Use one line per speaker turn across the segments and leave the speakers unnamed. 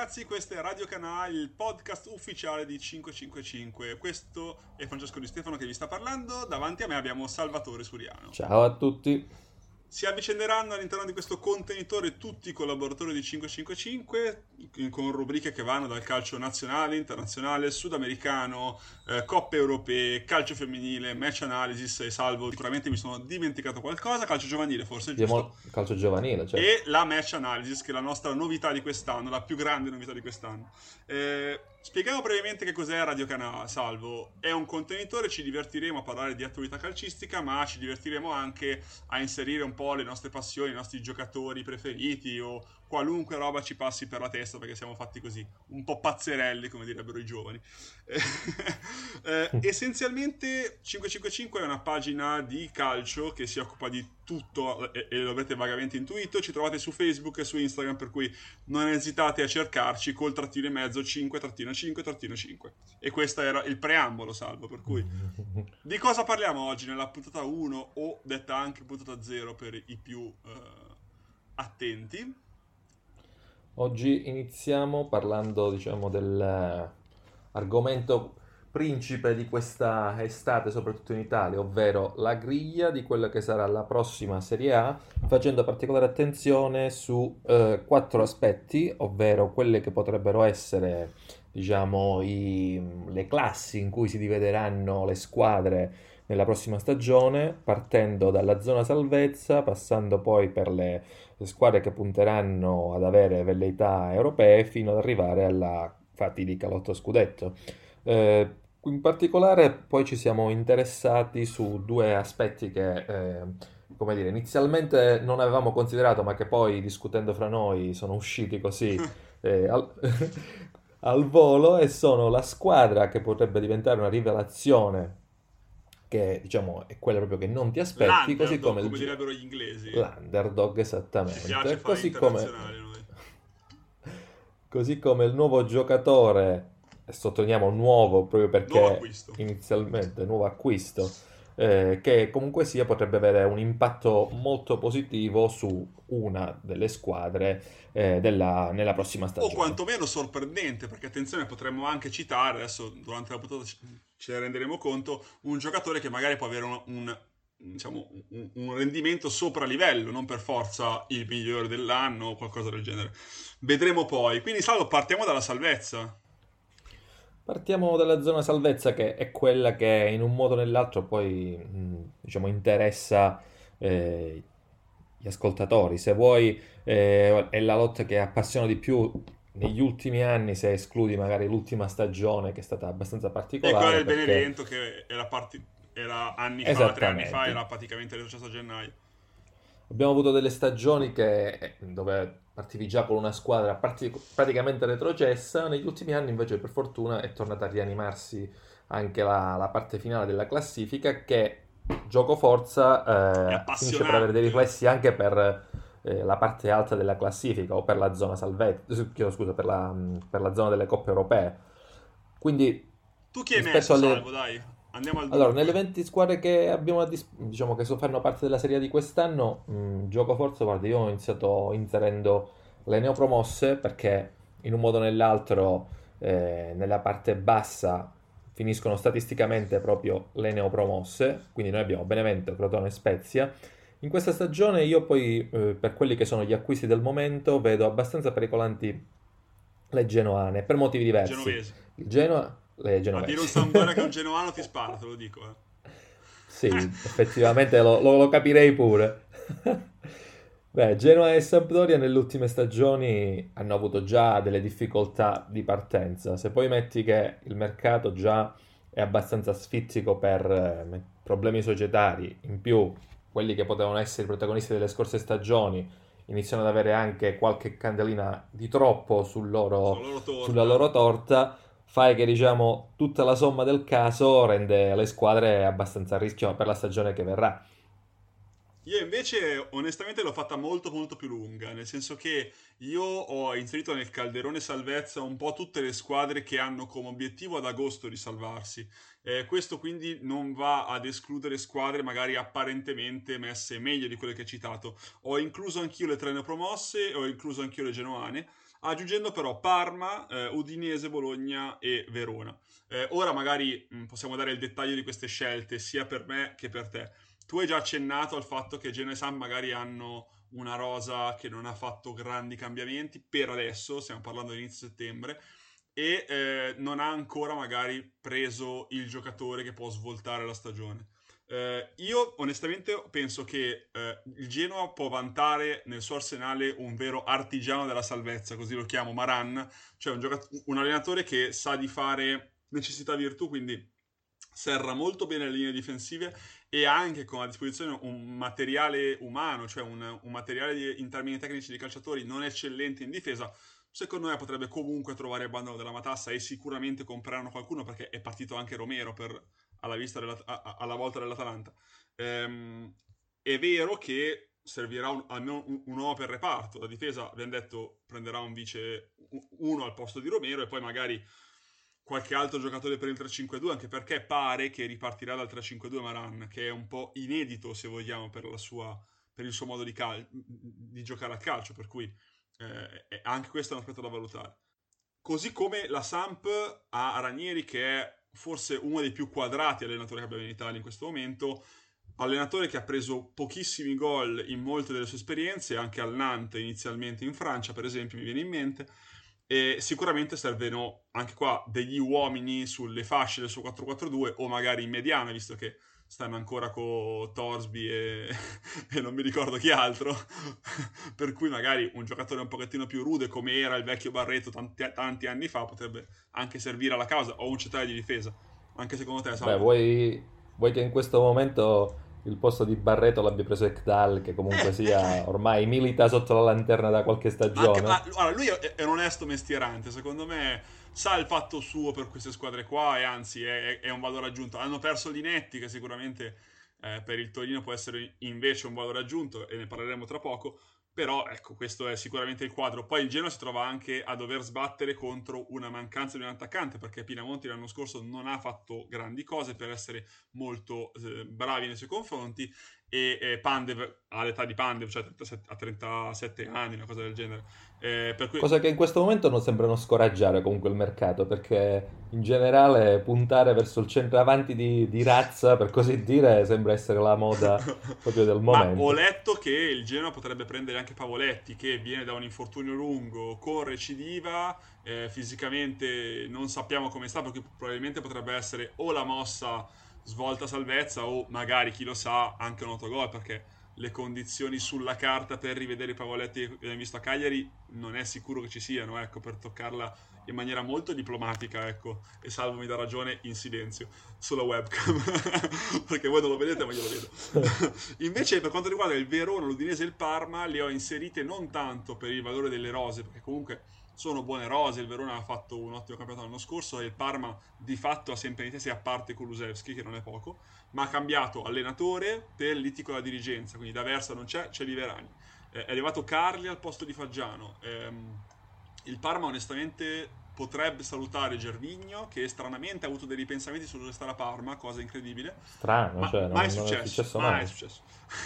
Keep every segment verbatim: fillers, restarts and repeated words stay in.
ragazzi, questo è Radio Canale, il podcast ufficiale di cinquecentocinquantacinque. Questo è Francesco Di Stefano che vi sta parlando. Davanti a me abbiamo Salvatore Suriano.
Ciao a tutti.
Si avvicenderanno all'interno di questo contenitore tutti i collaboratori di cinquecentocinquantacinque con rubriche che vanno dal calcio nazionale, internazionale, sudamericano, eh, coppe europee, calcio femminile, match analysis e salvo. Sicuramente mi sono dimenticato qualcosa, calcio giovanile forse, giusto?
Calcio giovanile, certo.
E la match analysis, che è la nostra novità di quest'anno, la più grande novità di quest'anno. Eh, spieghiamo brevemente che cos'è Radio Canale, Salvo. È un contenitore, ci divertiremo a parlare di attualità calcistica, ma ci divertiremo anche a inserire un po' le nostre passioni, i nostri giocatori preferiti o qualunque roba ci passi per la testa, perché siamo fatti così, un po' pazzerelli, come direbbero i giovani. eh, essenzialmente cinquecentocinquantacinque è una pagina di calcio che si occupa di tutto e, e lo avete vagamente intuito. Ci trovate su Facebook e su Instagram, per cui non esitate a cercarci col trattino e mezzo cinque cinque cinque. E questo era il preambolo, Salvo, per cui di cosa parliamo oggi nella puntata uno, o detta anche puntata zero per i più eh, attenti?
Oggi iniziamo parlando, diciamo, dell'argomento principe di questa estate, soprattutto in Italia, ovvero la griglia di quella che sarà la prossima Serie A, facendo particolare attenzione su eh, quattro aspetti, ovvero quelle che potrebbero essere, diciamo, i, le classi in cui si divideranno le squadre nella prossima stagione, partendo dalla zona salvezza, passando poi per le le squadre che punteranno ad avere velleità europee fino ad arrivare alla fatidica lotta scudetto. Eh, in particolare poi ci siamo interessati su due aspetti che, eh, come dire, inizialmente non avevamo considerato, ma che poi discutendo fra noi sono usciti così eh, al, al volo, e sono la squadra che potrebbe diventare una rivelazione, che diciamo è quella proprio che non ti aspetti, così
L'underdog,
come il
come
gi-
direbbero gli inglesi.
l'underdog,
Ci piace
esattamente,
fare
così come
internazionale noi.
così come il nuovo giocatore, e sottolineiamo nuovo proprio
Nuovo
perché
acquisto.
inizialmente nuovo acquisto, eh, che comunque sia potrebbe avere un impatto molto positivo su una delle squadre eh, della, nella prossima
O
stagione.
quantomeno sorprendente, perché attenzione, potremmo anche citare, adesso durante la puntata ci- ce ne renderemo conto, un giocatore che magari può avere un, un, diciamo, un, un rendimento sopra livello, non per forza il migliore dell'anno o qualcosa del genere. Vedremo poi. Quindi, Salvo, partiamo dalla salvezza.
Partiamo dalla zona salvezza, che è quella che in un modo o nell'altro poi mh, diciamo interessa eh, gli ascoltatori. Se vuoi, eh, è la lotta che appassiona di più negli ultimi anni, se escludi magari l'ultima stagione che è stata abbastanza
E quello
particolare
del
perché
Benevento, che era, parti- era anni fa, tre anni fa,
esattamente.
era praticamente retrocesso a gennaio.
Abbiamo avuto delle stagioni che, eh, dove partivi già con una squadra parti- praticamente retrocessa. Negli ultimi anni invece per fortuna è tornata a rianimarsi anche la, la parte finale della classifica, che gioco
È
forza eh, finisce per avere dei
appassionante.
riflessi anche per eh, la parte alta della classifica o per la zona salvezza, eh, chiedo scusa, per la, per la zona delle coppe europee. Quindi
Tu chi hai
rispetto
messo,
alle,
Salvo? Dai, andiamo al
allora, nelle
dunque.
venti squadre che abbiamo a dis- diciamo che so- fanno parte della Serie A di quest'anno, mh, gioco forza, guarda, io ho iniziato inserendo le neopromosse perché in un modo o nell'altro eh, nella parte bassa finiscono statisticamente proprio le neopromosse, quindi noi abbiamo Benevento, Crotone e Spezia. In questa stagione io poi, eh, per quelli che sono gli acquisti del momento, vedo abbastanza pericolanti le genoane, per motivi diversi.
Genovesi.
Il Genoa, le
A dire un
genovesi.
Sampdoria che è un genuano ti spara, te lo dico. Eh.
Sì, effettivamente lo, lo- lo capirei pure. Beh, Genoa e Sampdoria nelle ultime stagioni hanno avuto già delle difficoltà di partenza. Se poi metti che il mercato già è abbastanza asfittico per eh, me- problemi societari, in più quelli che potevano essere i protagonisti delle scorse stagioni iniziano ad avere anche qualche candelina di troppo sul
Sulla
loro-
loro
sulla
torta.
loro torta, fai che diciamo tutta la somma del caso rende le squadre abbastanza a rischio per la stagione che verrà.
Io invece onestamente l'ho fatta molto molto più lunga, nel senso che io ho inserito nel calderone salvezza un po' tutte le squadre che hanno come obiettivo ad agosto di salvarsi. Eh, questo quindi non va ad escludere squadre magari apparentemente messe meglio di quelle che hai citato. Ho incluso anch'io le tre neopromosse, ho incluso anch'io le genoane, aggiungendo però Parma, eh, Udinese, Bologna e Verona. Eh, ora magari mh, possiamo dare il dettaglio di queste scelte sia per me che per te. Tu hai già accennato al fatto che Genoa e Samp magari hanno una rosa che non ha fatto grandi cambiamenti per adesso, stiamo parlando di inizio settembre, e eh, non ha ancora magari preso il giocatore che può svoltare la stagione. Eh, io onestamente penso che eh, il Genoa può vantare nel suo arsenale un vero artigiano della salvezza, così lo chiamo Maran, cioè un, giocat- un allenatore che sa di fare necessità virtù, quindi serra molto bene le linee difensive e ha anche con a disposizione un materiale umano, cioè un, un materiale di, in termini tecnici di calciatori non eccellente in difesa. Secondo me potrebbe comunque trovare il bandolo della matassa e sicuramente compreranno qualcuno perché è partito anche Romero per, alla, vista della, a, alla volta dell'Atalanta. Ehm, è vero che servirà un, almeno un, un uomo per reparto. La difesa, abbiamo detto, prenderà un vice uno al posto di Romero e poi magari qualche altro giocatore per il tre cinque due, anche perché pare che ripartirà dal tre cinque due Maran, che è un po' inedito se vogliamo per, la sua, per il suo modo di, cal- di giocare a calcio, per cui eh, anche questo è un aspetto da valutare. Così come la Samp ha Ranieri, che è forse uno dei più quadrati allenatori che abbiamo in Italia in questo momento, allenatore che ha preso pochissimi gol in molte delle sue esperienze, anche al Nantes inizialmente in Francia, per esempio, mi viene in mente, e sicuramente servono anche qua degli uomini sulle fasce del suo quattro quattro due o magari in mediana, visto che stanno ancora con Torsby e, e non mi ricordo chi altro, per cui magari un giocatore un pochettino più rude come era il vecchio Barreto tanti, tanti anni fa potrebbe anche servire alla causa, o un centrale di difesa, anche secondo te,
Beh,
Salvo?
vuoi, vuoi che in questo momento il posto di Barreto l'abbia preso Ekdal, che comunque
Eh, eh,
sia
eh.
ormai milita sotto la lanterna da qualche
Ma anche, ma,
stagione?
allora, lui è, è un onesto mestierante, secondo me sa il fatto suo per queste squadre qua e anzi è, è un valore aggiunto. Hanno perso Linetti che sicuramente eh, per il Torino può essere invece un valore aggiunto e ne parleremo tra poco, però ecco questo è sicuramente il quadro. Poi il Genoa si trova anche a dover sbattere contro una mancanza di un attaccante perché Pinamonti l'anno scorso non ha fatto grandi cose per essere molto eh, bravi nei suoi confronti e eh, Pandev all'età di Pandev, cioè trentasette, a trentasette anni, una cosa del genere. Eh, per cui
Cosa che in questo momento non sembrano scoraggiare comunque il mercato, perché in generale puntare verso il centravanti di, di razza, per così dire, sembra essere la moda proprio del
Ma ho
momento.
letto che il Genoa potrebbe prendere anche Pavoletti, che viene da un infortunio lungo, con recidiva, eh, fisicamente non sappiamo come sta, perché probabilmente potrebbe essere o la mossa svolta salvezza o magari, chi lo sa, anche un autogol, perché le condizioni sulla carta per rivedere i Pavoletti che abbiamo visto a Cagliari non è sicuro che ci siano, ecco, per toccarla in maniera molto diplomatica, ecco, e Salvo mi dà ragione in silenzio, sulla webcam, perché voi non lo vedete ma io lo vedo. Invece per quanto riguarda il Verona, l'Udinese e il Parma, le ho inserite non tanto per il valore delle rose, perché comunque sono buone rose, il Verona ha fatto un ottimo campionato l'anno scorso e il Parma di fatto ha sempre in testa a parte Kulusevski, che non è poco, ma ha cambiato allenatore per litigo alla dirigenza, quindi da Versa non c'è, c'è Liverani. Eh, è arrivato Carli al posto di Faggiano. Ehm, il Parma onestamente potrebbe salutare Gervigno, che stranamente ha avuto dei ripensamenti sul restare a Parma, cosa incredibile,
Strano,
ma
cioè
mai
non, non è
successo,
successo
mai
mai.
successo.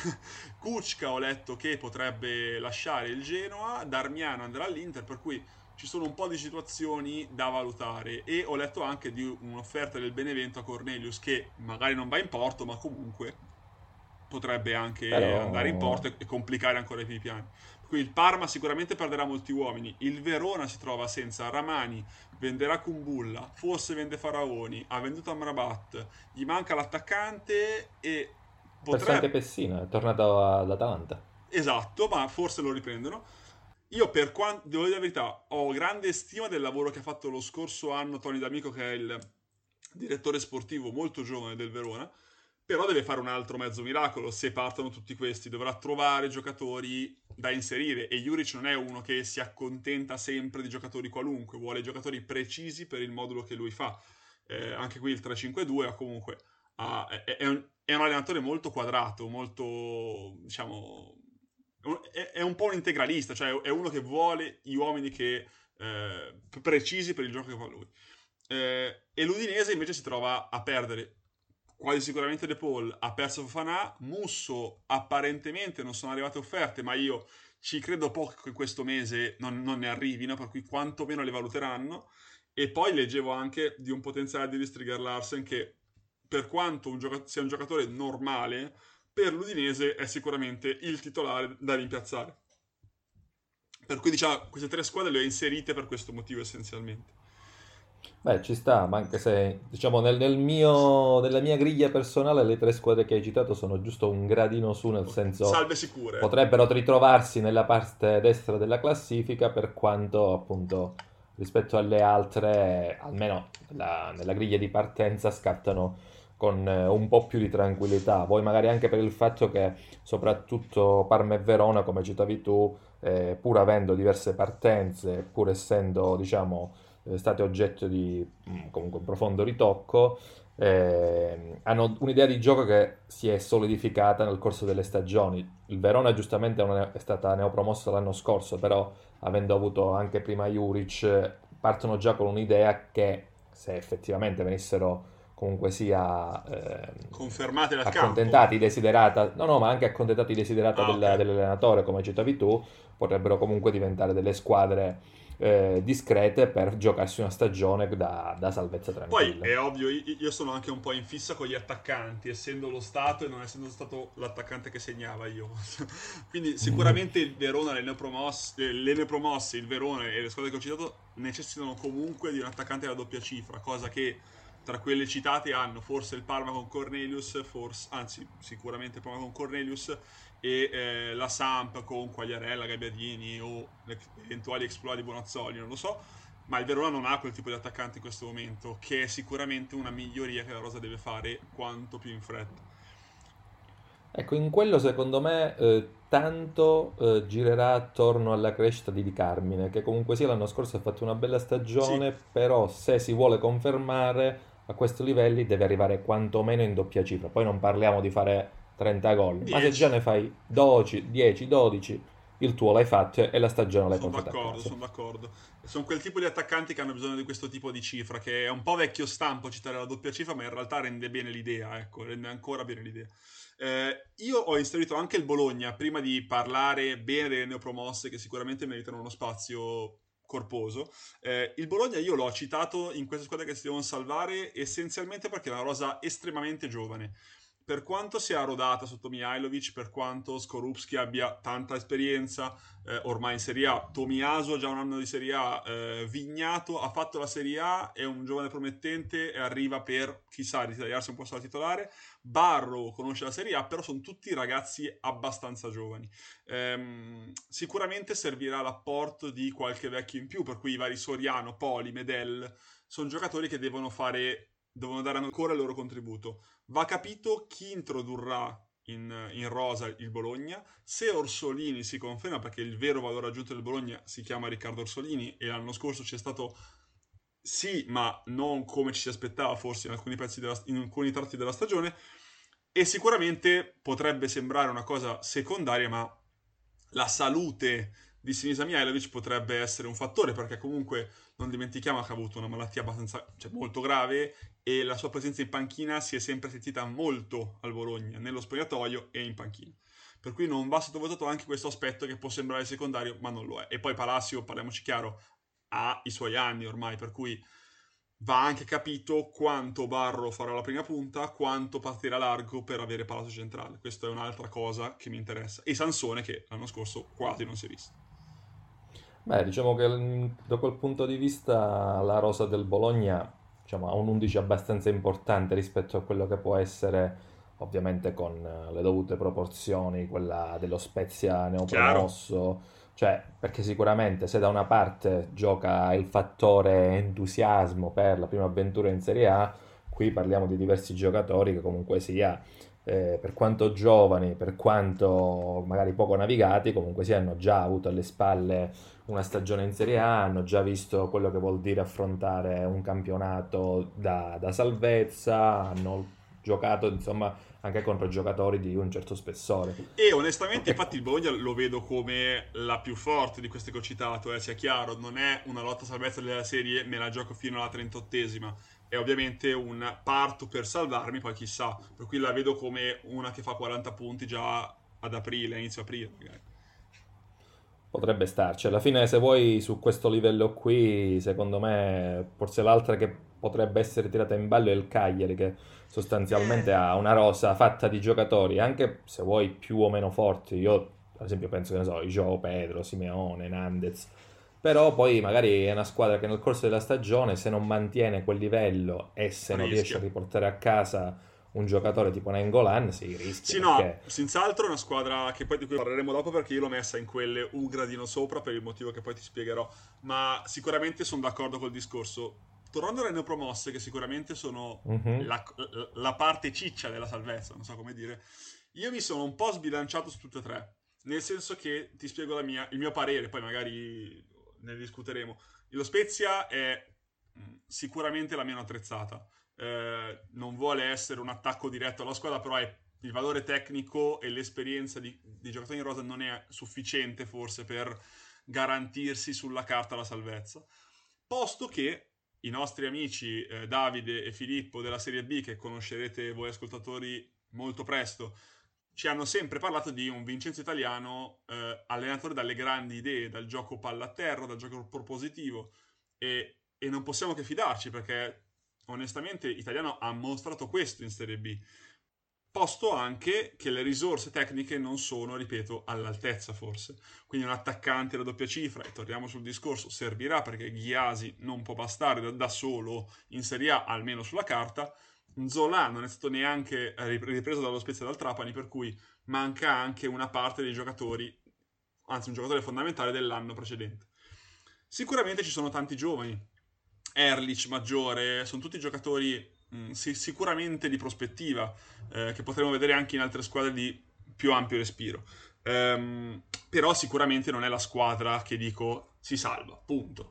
Kuczka ho letto che potrebbe lasciare il Genoa, Darmiano andrà all'Inter, per cui ci sono un po' di situazioni da valutare e ho letto anche di un'offerta del Benevento a Cornelius che magari non va in porto, ma comunque potrebbe anche
Però
andare in porto e, e complicare ancora i piani. Qui il Parma sicuramente perderà molti uomini, il Verona si trova senza Ramani, venderà Kumbulla, forse vende Faraoni, ha venduto Amrabat, gli manca l'attaccante e
ha perso anche
potrebbe,
Pessina, è tornato ad Atalanta.
esatto, ma forse lo riprendono. Io per quanto, devo dire la verità, ho grande stima del lavoro che ha fatto lo scorso anno Tony D'Amico, che è il direttore sportivo molto giovane del Verona, però deve fare un altro mezzo miracolo se partono tutti questi, dovrà trovare giocatori da inserire e Juric non è uno che si accontenta sempre di giocatori qualunque, vuole giocatori precisi per il modulo che lui fa. Eh, anche qui il tre cinque due ha comunque ha- è, è un, è un allenatore molto quadrato, molto diciamo è, è un po' un integralista, cioè è uno che vuole gli uomini che eh, precisi per il gioco che fa lui. Eh, e l'Udinese invece si trova a perdere quasi sicuramente De Paul, ha perso Fofana, Musso apparentemente non sono arrivate offerte, ma io ci credo poco che questo mese non, non ne arrivino, per cui quantomeno le valuteranno. E poi leggevo anche di un potenziale di Striger Larsen che, per quanto un gioca- sia un giocatore normale, per l'Udinese è sicuramente il titolare da rimpiazzare. Per cui diciamo, queste tre squadre le ho inserite per questo motivo essenzialmente.
Beh, ci sta, ma anche se, diciamo, nel, nel mio, nella mia griglia personale le tre squadre che hai citato sono giusto un gradino su, nel
Ok.
senso
Salve sicure, ecco.
potrebbero ritrovarsi nella parte destra della classifica, per quanto appunto rispetto alle altre, almeno nella, nella griglia di partenza, scattano con eh, un po' più di tranquillità. Poi magari anche per il fatto che soprattutto Parma e Verona, come citavi tu, eh, pur avendo diverse partenze, pur essendo, diciamo, eh, state oggetto di mh, comunque un profondo ritocco, eh, hanno un'idea di gioco che si è solidificata nel corso delle stagioni. Il Verona giustamente non è, è stata neopromossa l'anno scorso, però avendo avuto anche prima Juric, partono già con un'idea che se effettivamente venissero comunque sia ehm,
Confermate dal campo.
accontentati, desiderata, no no, ma anche accontentati, desiderata
Ah, ok.
del- dell'allenatore, come citavi tu, potrebbero comunque diventare delle squadre eh, discrete per giocarsi una stagione da, da salvezza
Poi
tranquilla.
è ovvio, io io sono anche un po' in fissa con gli attaccanti, essendo lo Stato e non essendo stato l'attaccante che segnava io. Quindi sicuramente il Verona, le neopromosse, eh, le neopromosse, il Verona e le squadre che ho citato necessitano comunque di un attaccante alla doppia cifra, cosa che tra quelle citate hanno forse il Parma con Cornelius, forse, anzi sicuramente il Parma con Cornelius e eh, la Samp con Quagliarella, Gabbiadini o le eventuali exploit di Bonazzoli, non lo so, ma il Verona non ha quel tipo di attaccante in questo momento, che è sicuramente una miglioria che la Rosa deve fare quanto più in fretta.
Ecco, in quello secondo me eh, tanto eh, girerà attorno alla crescita di Di Carmine, che comunque sia l'anno scorso ha fatto una bella
Sì,
stagione, però se si vuole confermare a questi livelli deve arrivare quantomeno in doppia cifra. Poi non parliamo di fare trenta gol, ma se già
dieci.
ne fai dodici, dieci, dodici, il tuo l'hai fatto e la stagione l'hai
Sono
portata a
d'accordo,
casa.
sono d'accordo. Sono quel tipo di attaccanti che hanno bisogno di questo tipo di cifra, che è un po' vecchio stampo citare la doppia cifra, ma in realtà rende bene l'idea, ecco, rende ancora bene l'idea. Eh, io ho inserito anche il Bologna, prima di parlare bene delle neopromosse, che sicuramente meritano uno spazio corposo. Eh, il Bologna io l'ho citato in queste squadre che si devono salvare essenzialmente perché è una rosa estremamente giovane. Per quanto sia rodata sotto Mihailovic, per quanto Skorupski abbia tanta esperienza, eh, ormai in Serie A, Tomiasu ha già un anno di Serie A, eh, Vignato ha fatto la Serie A, è un giovane promettente e arriva per, chissà, ritagliarsi un posto da titolare. Barro conosce la Serie A, però sono tutti ragazzi abbastanza giovani. Ehm, sicuramente servirà l'apporto di qualche vecchio in più, per cui i vari Soriano, Poli, Medel, sono giocatori che devono fare, devono dare ancora il loro contributo. Va capito chi introdurrà in, in rosa il Bologna. Se Orsolini si conferma, perché il vero valore aggiunto del Bologna si chiama Riccardo Orsolini e l'anno scorso c'è stato sì, ma non come ci si aspettava forse in alcuni, pezzi della, in alcuni tratti della stagione, e sicuramente potrebbe sembrare una cosa secondaria, ma la salute di Sinisa Mihailovic potrebbe essere un fattore, perché comunque non dimentichiamo che ha avuto una malattia abbastanza, cioè molto grave e la sua presenza in panchina si è sempre sentita molto al Bologna, nello spogliatoio e in panchina. Per cui non va sottovalutato anche questo aspetto che può sembrare secondario, ma non lo è. E poi Palacio, parliamoci chiaro, ha i suoi anni ormai, per cui va anche capito quanto Barro farà la prima punta, quanto partirà largo per avere Palazzo centrale. Questa è un'altra cosa che mi interessa. E Sansone che l'anno scorso quasi non si è visto.
Beh, diciamo che mm, da quel punto di vista la rosa del Bologna, diciamo, ha un undici abbastanza importante rispetto a quello che può essere, ovviamente con eh, le dovute proporzioni, quella dello Spezia
Chiaro?
neopromosso, cioè, perché sicuramente se da una parte gioca il fattore entusiasmo per la prima avventura in Serie A, qui parliamo di diversi giocatori che comunque sia, eh, per quanto giovani, per quanto magari poco navigati, comunque sia hanno già avuto alle spalle una stagione in Serie A, hanno già visto quello che vuol dire affrontare un campionato da, da salvezza, hanno giocato insomma anche contro giocatori di un certo spessore.
E onestamente,
E,
infatti, il Bologna lo vedo come la più forte di queste che ho citato, eh, sia chiaro, non è una lotta a salvezza della serie, me la gioco fino alla trentottesima. È ovviamente un parto per salvarmi, poi chissà. Per cui la vedo come una che fa quaranta punti già ad aprile, a inizio aprile, magari.
Potrebbe starci. Alla fine, se vuoi, su questo livello qui, secondo me, forse l'altra che potrebbe essere tirata in ballo è il Cagliari, che sostanzialmente
Eh,
ha una rosa fatta di giocatori, anche se vuoi più o meno forti. Io, ad esempio, penso che ne so, João Pedro, Simeone, Nandez. Però poi magari è una squadra che nel corso della stagione, se non mantiene quel livello e se non riesce a
rischia.
riportare a casa un giocatore tipo Nainggolan, si rischia
Sì, no,
perché...
senz'altro è una squadra che poi di cui parleremo dopo perché io l'ho messa in quelle un gradino sopra per il motivo che poi ti spiegherò, ma sicuramente sono d'accordo col discorso. Tornando alle neopromosse, che sicuramente sono
Mhm.
la, la- la parte ciccia della salvezza, non so come dire, io mi sono un po' sbilanciato su tutte e tre, nel senso che ti spiego la mia- il mio parere, poi magari ne discuteremo. Lo Spezia è mh, sicuramente la meno attrezzata, eh, non vuole essere un attacco diretto alla squadra, però è, il valore tecnico e l'esperienza di, di giocatori in rosa non è sufficiente forse per garantirsi sulla carta la salvezza. Posto che i nostri amici eh, Davide e Filippo della Serie B, che conoscerete voi ascoltatori molto presto, ci hanno sempre parlato di un Vincenzo Italiano eh, allenatore dalle grandi idee, dal gioco palla a terra, dal gioco propositivo e, e non possiamo che fidarci perché onestamente Italiano ha mostrato questo in Serie B, posto anche che le risorse tecniche non sono, ripeto, all'altezza forse. Quindi un attaccante alla doppia cifra, e torniamo sul discorso, servirà perché Ghiasi non può bastare da, da solo in Serie A, almeno sulla carta. Zola non è stato neanche ripreso dallo Spezia e dal Trapani, per cui manca anche una parte dei giocatori, anzi un giocatore fondamentale dell'anno precedente. Sicuramente ci sono tanti giovani, Erlich, Maggiore, sono tutti giocatori mh, sì- sicuramente di prospettiva, eh, che potremo vedere anche in altre squadre di più ampio respiro. Ehm, però sicuramente non è la squadra che dico si salva, punto.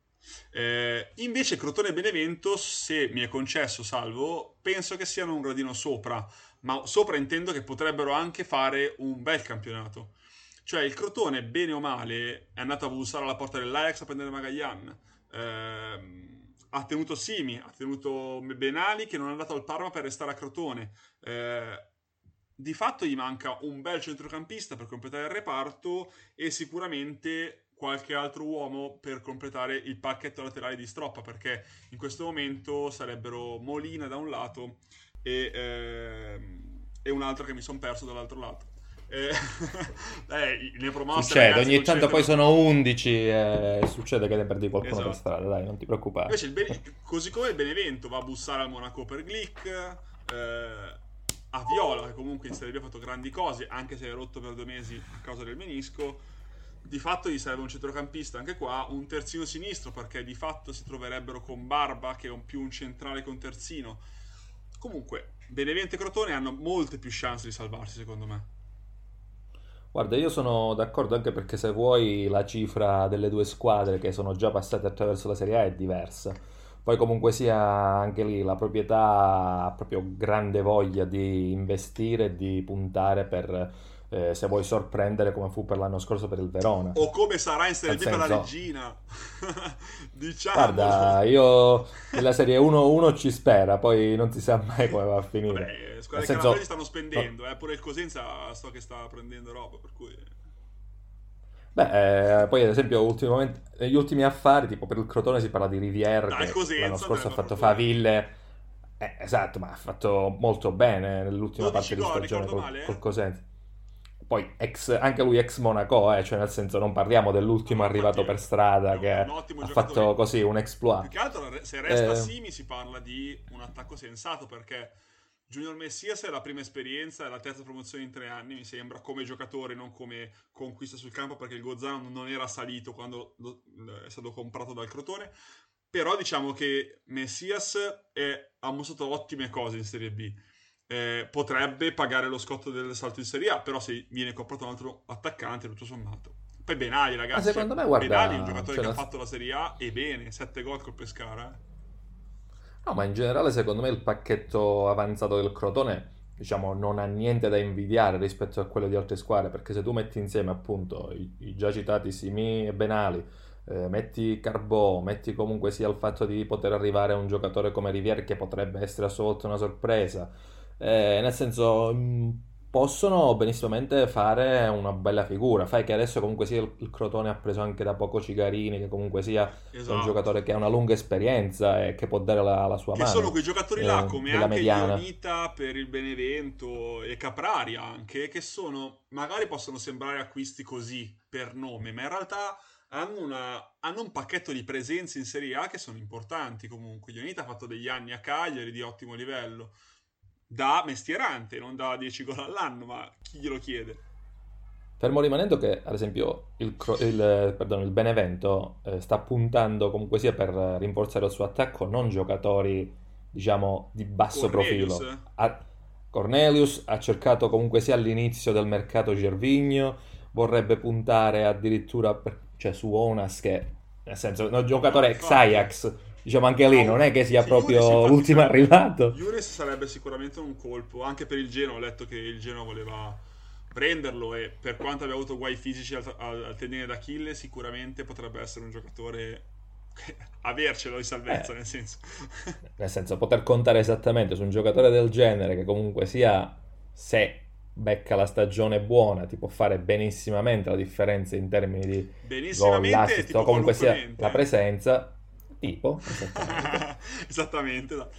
Eh, invece Crotone e Benevento, se mi è concesso salvo, penso che siano un gradino sopra, ma sopra intendo che potrebbero anche fare un bel campionato. Cioè il Crotone, bene o male, è andato a bussare alla porta dell'Ajax a prendere Magaglian. Ehm, ha tenuto Simi, ha tenuto Benali che non è andato al Parma per restare a Crotone. Eh, di fatto gli manca un bel centrocampista per completare il reparto e sicuramente qualche altro uomo per completare il pacchetto laterale di Stroppa perché in questo momento sarebbero Molina da un lato e, ehm, e un altro che mi sono perso dall'altro lato. Eh, eh, ne promosse
Succede,
ragazzi,
ogni tanto poi
concedetelo.
sono undici e succede che ne perdi qualcuno per
Esatto.
strada, dai, non ti preoccupare.
Invece, il Bene- così come il Benevento va a bussare al Monaco per Glick, eh, a Viola, che comunque in Serie B ha fatto grandi cose, anche se è rotto per due mesi a causa del menisco. Di fatto gli serve un centrocampista anche qua, un terzino sinistro, perché di fatto si troverebbero con Barba, che è un più un centrale che un terzino. Comunque, Benevento e Crotone hanno molte più chance di salvarsi, secondo me.
Guarda, io sono d'accordo anche perché se vuoi la cifra delle due squadre che sono già passate attraverso la Serie A è diversa. Poi comunque sia anche lì la proprietà ha proprio grande voglia di investire e di puntare per, eh, se vuoi sorprendere come fu per l'anno scorso per il Verona.
O come sarà in Serie
Nel
B per la
senso,
Regina.
guarda,
Diciamolo.
io nella Serie uno uno ci spera, poi non si sa mai come va a finire.
Vabbè,
Nel
squadre calabresi
senso,
stanno
no-
spendendo, eh. Pure il Cosenza so che sta prendendo roba, per cui...
beh, eh, poi ad esempio ultimamente, negli ultimi affari, tipo per il Crotone si parla di Rivière
Dai, il
che l'anno
Cosenza
scorso
andrebbe
ha
a
fatto
Crotone.
faville, eh, esatto, ma ha fatto molto bene nell'ultima
dodici
parte di
gol,
stagione
ricordo
col,
male,
col
eh?
Cosenza. Poi ex- anche lui ex Monaco, eh, cioè nel senso non parliamo
No,
dell'ultimo
no, infatti
arrivato
è,
per
è
strada
un, è
che
un ottimo
ha fatto
giocatore.
così un
Più
exploit.
che altro, re- se resta
Eh,
Simi si parla di un attacco sensato, perché Junior Messias è la prima esperienza, è la terza promozione in tre anni, mi sembra, come giocatore, non come conquista sul campo, perché il Gozzano non era salito quando lo- è stato comprato dal Crotone. Però diciamo che Messias è- ha mostrato ottime cose in Serie B. Eh, potrebbe pagare lo scotto del salto in Serie A, però se viene comprato un altro attaccante, tutto sommato. Poi Benali,
ma
ragazzi, cioè,
secondo me,
Benali è un
guarda,
giocatore
cioè,
che ha
nel-
fatto la Serie A e bene, sette gol col Pescara. Eh.
no, ma in generale secondo me il pacchetto avanzato del Crotone, diciamo, non ha niente da invidiare rispetto a quello di altre squadre, perché se tu metti insieme appunto i, i già citati Simi e Benali, eh, metti Carbò, metti comunque sia il fatto di poter arrivare a un giocatore come Rivière che potrebbe essere a sua volta una sorpresa, eh, nel senso, mh, possono benissimamente fare una bella figura. Fai che adesso comunque sia il, il Crotone ha preso anche da poco Cigarini, che comunque sia è un
Esatto.
giocatore che ha una lunga esperienza e che può dare la, la sua
Che sono
mano
quei giocatori là,
eh,
come
della
anche gli
mediana.
Ionita per il Benevento e Caprari anche, che sono, magari possono sembrare acquisti così per nome, ma in realtà hanno, una- hanno un pacchetto di presenze in Serie A che sono importanti comunque. Ionita ha fatto degli anni a Cagliari di ottimo livello, da mestierante, non da dieci gol all'anno, ma chi glielo chiede?
Fermo rimanendo che, ad esempio, il, Cro- il, eh, perdono, il Benevento eh, sta puntando comunque sia per eh, rinforzare il suo attacco, non giocatori, diciamo, di basso
Cornelius?
profilo. Ha- Cornelius ha cercato comunque sia all'inizio del mercato Gervinho, vorrebbe puntare addirittura per- cioè, su Onas che, nel senso, è un
No,
giocatore ex
infatti.
Ajax, diciamo anche lì, non
No,
è che sia
sì, Younes
proprio
infatti
l'ultimo
sarebbe,
arrivato.
Younes sarebbe sicuramente un colpo, anche per il Genoa, ho letto che il Genoa voleva prenderlo e per quanto abbia avuto guai fisici al, al, al tendine d'Achille, sicuramente potrebbe essere un giocatore avercelo di salvezza,
Eh,
nel senso.
Nel senso, poter contare esattamente su un giocatore del genere che comunque sia, se becca la stagione buona, ti può fare benissimamente la differenza in termini di gol,
Benissimamente,
assist o
tipo
comunque sia la
qualunquemente.
presenza, tipo, esattamente.
Esattamente. No.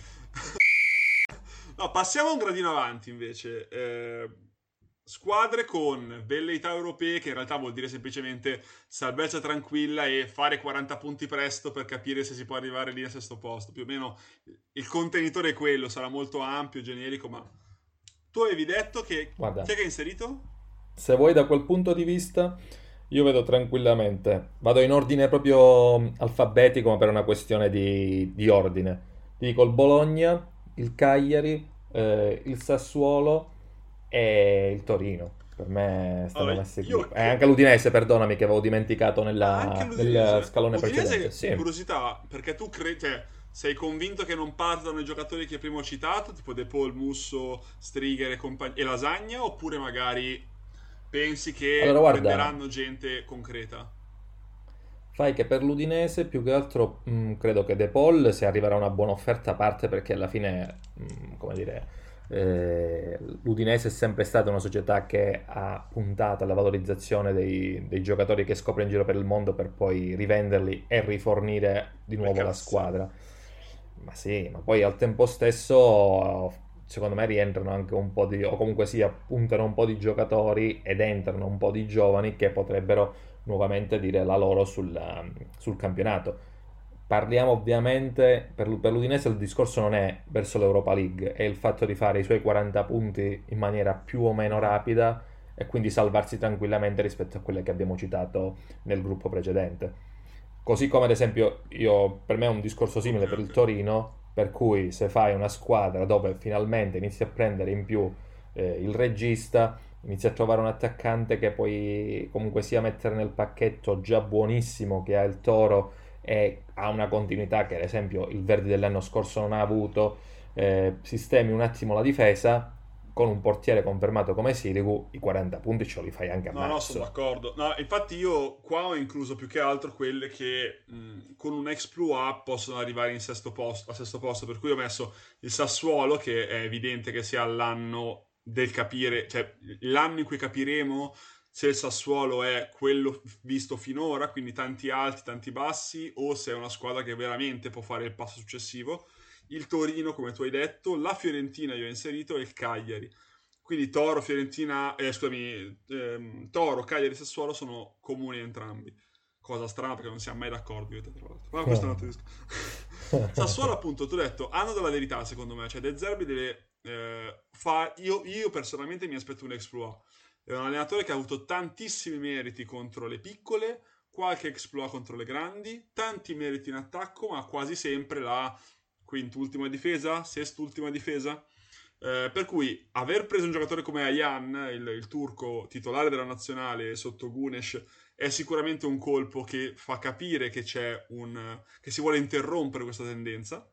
No, passiamo un gradino avanti invece. Eh, squadre con velleità europee, che in realtà vuol dire semplicemente salvezza tranquilla e fare quaranta punti presto per capire se si può arrivare lì al sesto posto. Più o meno il contenitore è quello, sarà molto ampio, generico, ma tu avevi detto che chi
Guarda,
è che hai inserito?
se vuoi da quel punto di vista, io vedo tranquillamente, vado in ordine proprio alfabetico, ma per una questione di, di ordine. Ti dico il Bologna, il Cagliari, eh, il Sassuolo e il Torino. Per me stanno
Allora,
messi lì.
io,
E
io
anche l'Udinese, perdonami, che avevo dimenticato
Ah, anche
nella- nel
l'Udinese?
scalone precedente.
Udinese,
Sì.
curiosità, perché tu credi, cioè, sei convinto che non partano i giocatori che prima ho citato, tipo De Paul, Musso, Striger e, compagni- e Lasagna, oppure magari pensi
Allora,
che
guarda,
prenderanno gente concreta?
fai che per l'Udinese più che altro mh, credo che De Paul se arriverà una buona offerta a parte perché alla fine, mh, come dire, eh, l'Udinese è sempre stata una società che ha puntato alla valorizzazione dei, dei giocatori che scopre in giro per il mondo per poi rivenderli e rifornire di
Le
nuovo la
casse.
squadra. Ma sì, ma poi al tempo stesso secondo me rientrano anche un po' di, o comunque sia, puntano un po' di giocatori ed entrano un po' di giovani che potrebbero nuovamente dire la loro sul, sul campionato. Parliamo ovviamente, per, per l'Udinese il discorso non è verso l'Europa League, è il fatto di fare i suoi quaranta punti in maniera più o meno
Mhm.
rapida e quindi salvarsi tranquillamente rispetto a quelle che abbiamo citato nel gruppo precedente. Così come ad esempio io, per me è un discorso
Ok,
simile per il
ok.
Torino, per cui se fai una squadra dove finalmente inizi a prendere in più eh, il regista, inizi a trovare un attaccante che puoi comunque sia mettere nel pacchetto già buonissimo che ha il Toro e ha una continuità che ad esempio il Verdi dell'anno scorso non ha avuto, eh, sistemi un attimo la difesa, con un portiere confermato come Sirigu, i quaranta punti ce li fai anche a
No, no, sono
marzo.
d'accordo. No, infatti io qua ho incluso più che altro quelle che mh, con un exploit possono arrivare in sesto posto, a sesto posto, per cui ho messo il Sassuolo, che è evidente che sia l'anno del capire, cioè l'anno in cui capiremo se il Sassuolo è quello visto finora, quindi tanti alti, tanti bassi, o se è una squadra che veramente può fare il passo successivo. Il Torino, come tu hai detto, la Fiorentina io ho inserito e il Cagliari. Quindi Toro, Fiorentina, eh, scusami, ehm, Toro, Cagliari e Sassuolo sono comuni entrambi. Cosa strana perché non siamo mai d'accordo io e te, tra l'altro. Ma questo è un altro discorso. Sassuolo, appunto, tu hai detto, hanno della verità secondo me. Cioè, De Zerbi deve eh, fa... io, io personalmente mi aspetto un exploit. È un allenatore che ha avuto tantissimi meriti contro le piccole, qualche exploit contro le grandi, tanti meriti in attacco, ma quasi sempre la quint'ultima difesa, sest'ultima difesa. Eh, per cui aver preso un giocatore come Ayan, il, il turco titolare della nazionale sotto Gunesh, è sicuramente un colpo che fa capire che c'è un che si vuole interrompere questa tendenza,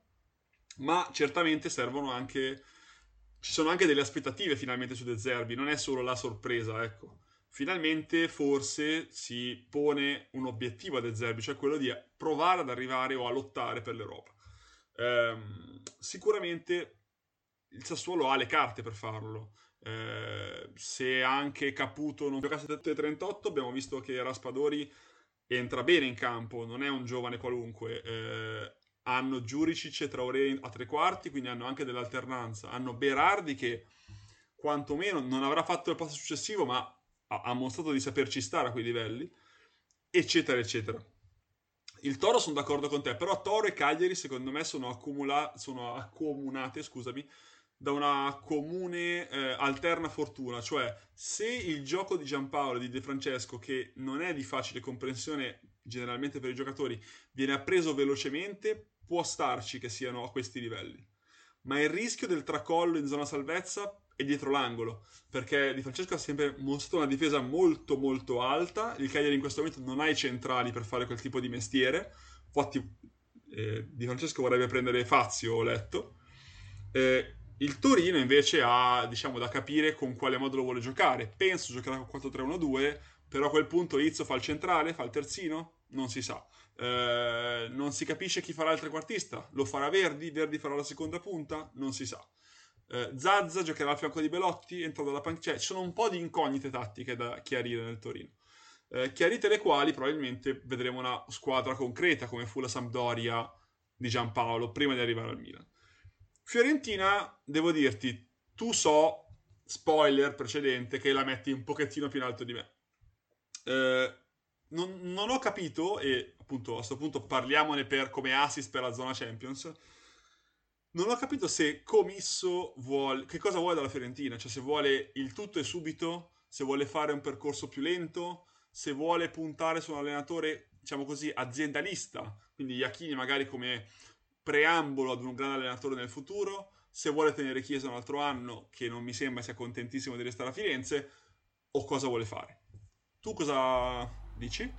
ma certamente servono anche ci sono anche delle aspettative finalmente su De Zerbi, non è solo la sorpresa, ecco. Finalmente forse si pone un obiettivo a De Zerbi, cioè quello di provare ad arrivare o a lottare per l'Europa. Ehm, sicuramente il Sassuolo ha le carte per farlo. Eh, se anche Caputo non giocasse tutte e trentotto, abbiamo visto che Raspadori entra bene in campo, non è un giovane qualunque. Eh, hanno Giuricic e Traoré a tre quarti, quindi hanno anche dell'alternanza. Hanno Berardi che quantomeno non avrà fatto il passo successivo, ma ha, ha mostrato di saperci stare a quei livelli, eccetera, eccetera. Il Toro sono d'accordo con te, però Toro e Cagliari secondo me sono, accumula- sono accomunate, scusami, da una comune eh, alterna fortuna, cioè se il gioco di Giampaolo e di De Francesco, che non è di facile comprensione generalmente per i giocatori, viene appreso velocemente, può starci che siano a questi livelli. Ma il rischio del tracollo in zona salvezza è dietro l'angolo, perché Di Francesco ha sempre mostrato una difesa molto molto alta, il Cagliari in questo momento non ha i centrali per fare quel tipo di mestiere, infatti eh, Di Francesco vorrebbe prendere Fazio, ho letto. Eh, il Torino invece ha, diciamo, da capire con quale modo lo vuole giocare. Penso giocherà con quattro tre uno due, però a quel punto Izzo fa il centrale, fa il terzino? Non si sa. Eh, non si capisce chi farà il trequartista. Lo farà Verdi? Verdi farà la seconda punta? Non si sa. Eh, Zazza giocherà al fianco di Belotti, entra dalla panchina. Cioè, ci sono un po' di incognite tattiche da chiarire nel Torino. Eh, chiarite le quali probabilmente vedremo una squadra concreta come fu la Sampdoria di Giampaolo prima di arrivare al Milan. Fiorentina, devo dirti, tu so, spoiler precedente, che la metti un pochettino più in alto di me. Eh, non, non ho capito, e appunto a questo punto parliamone per, come assist per la zona Champions, non ho capito se Comisso vuole, che cosa vuole dalla Fiorentina, cioè se vuole il tutto e subito, se vuole fare un percorso più lento, se vuole puntare su un allenatore, diciamo così, aziendalista, quindi Iachini magari come preambolo ad un gran allenatore nel futuro, se vuole tenere Chiesa un altro anno, che non mi sembra sia contentissimo di restare a Firenze, o cosa vuole fare. Tu cosa dici?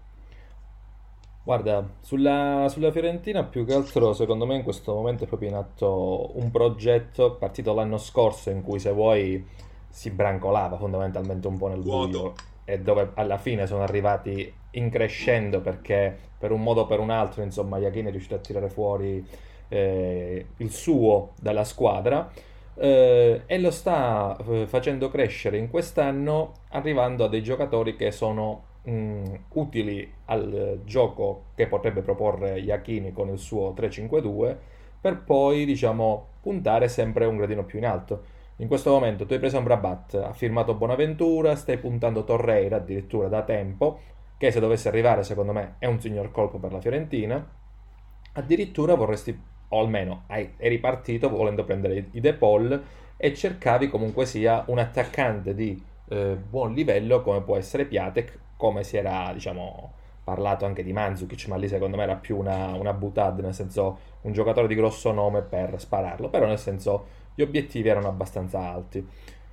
Guarda, sulla, sulla Fiorentina più che altro secondo me in questo momento è proprio in atto un progetto partito l'anno scorso in cui se vuoi si brancolava fondamentalmente un po' nel buio
Vuoto.
e dove alla fine sono arrivati in crescendo perché per un modo o per un altro insomma Iachini è riuscito a tirare fuori eh, il suo dalla squadra eh, e lo sta eh, facendo crescere in quest'anno arrivando a dei giocatori che sono mh, utili al eh, gioco che potrebbe proporre Iachini con il suo tre cinque due per poi diciamo puntare sempre un gradino più in alto. In questo momento tu hai preso un Amrabat, ha firmato Bonaventura, stai puntando Torreira addirittura da tempo, che se dovesse arrivare secondo me è un signor colpo per la Fiorentina. Addirittura vorresti, o almeno hai, eri partito volendo prendere i, i De Paul e cercavi comunque sia un attaccante di eh, buon livello come può essere Piatek, come si era diciamo parlato anche di Mandzukic, ma lì secondo me era più una, una boutade, nel senso un giocatore di grosso nome per spararlo, però nel senso gli obiettivi erano abbastanza alti.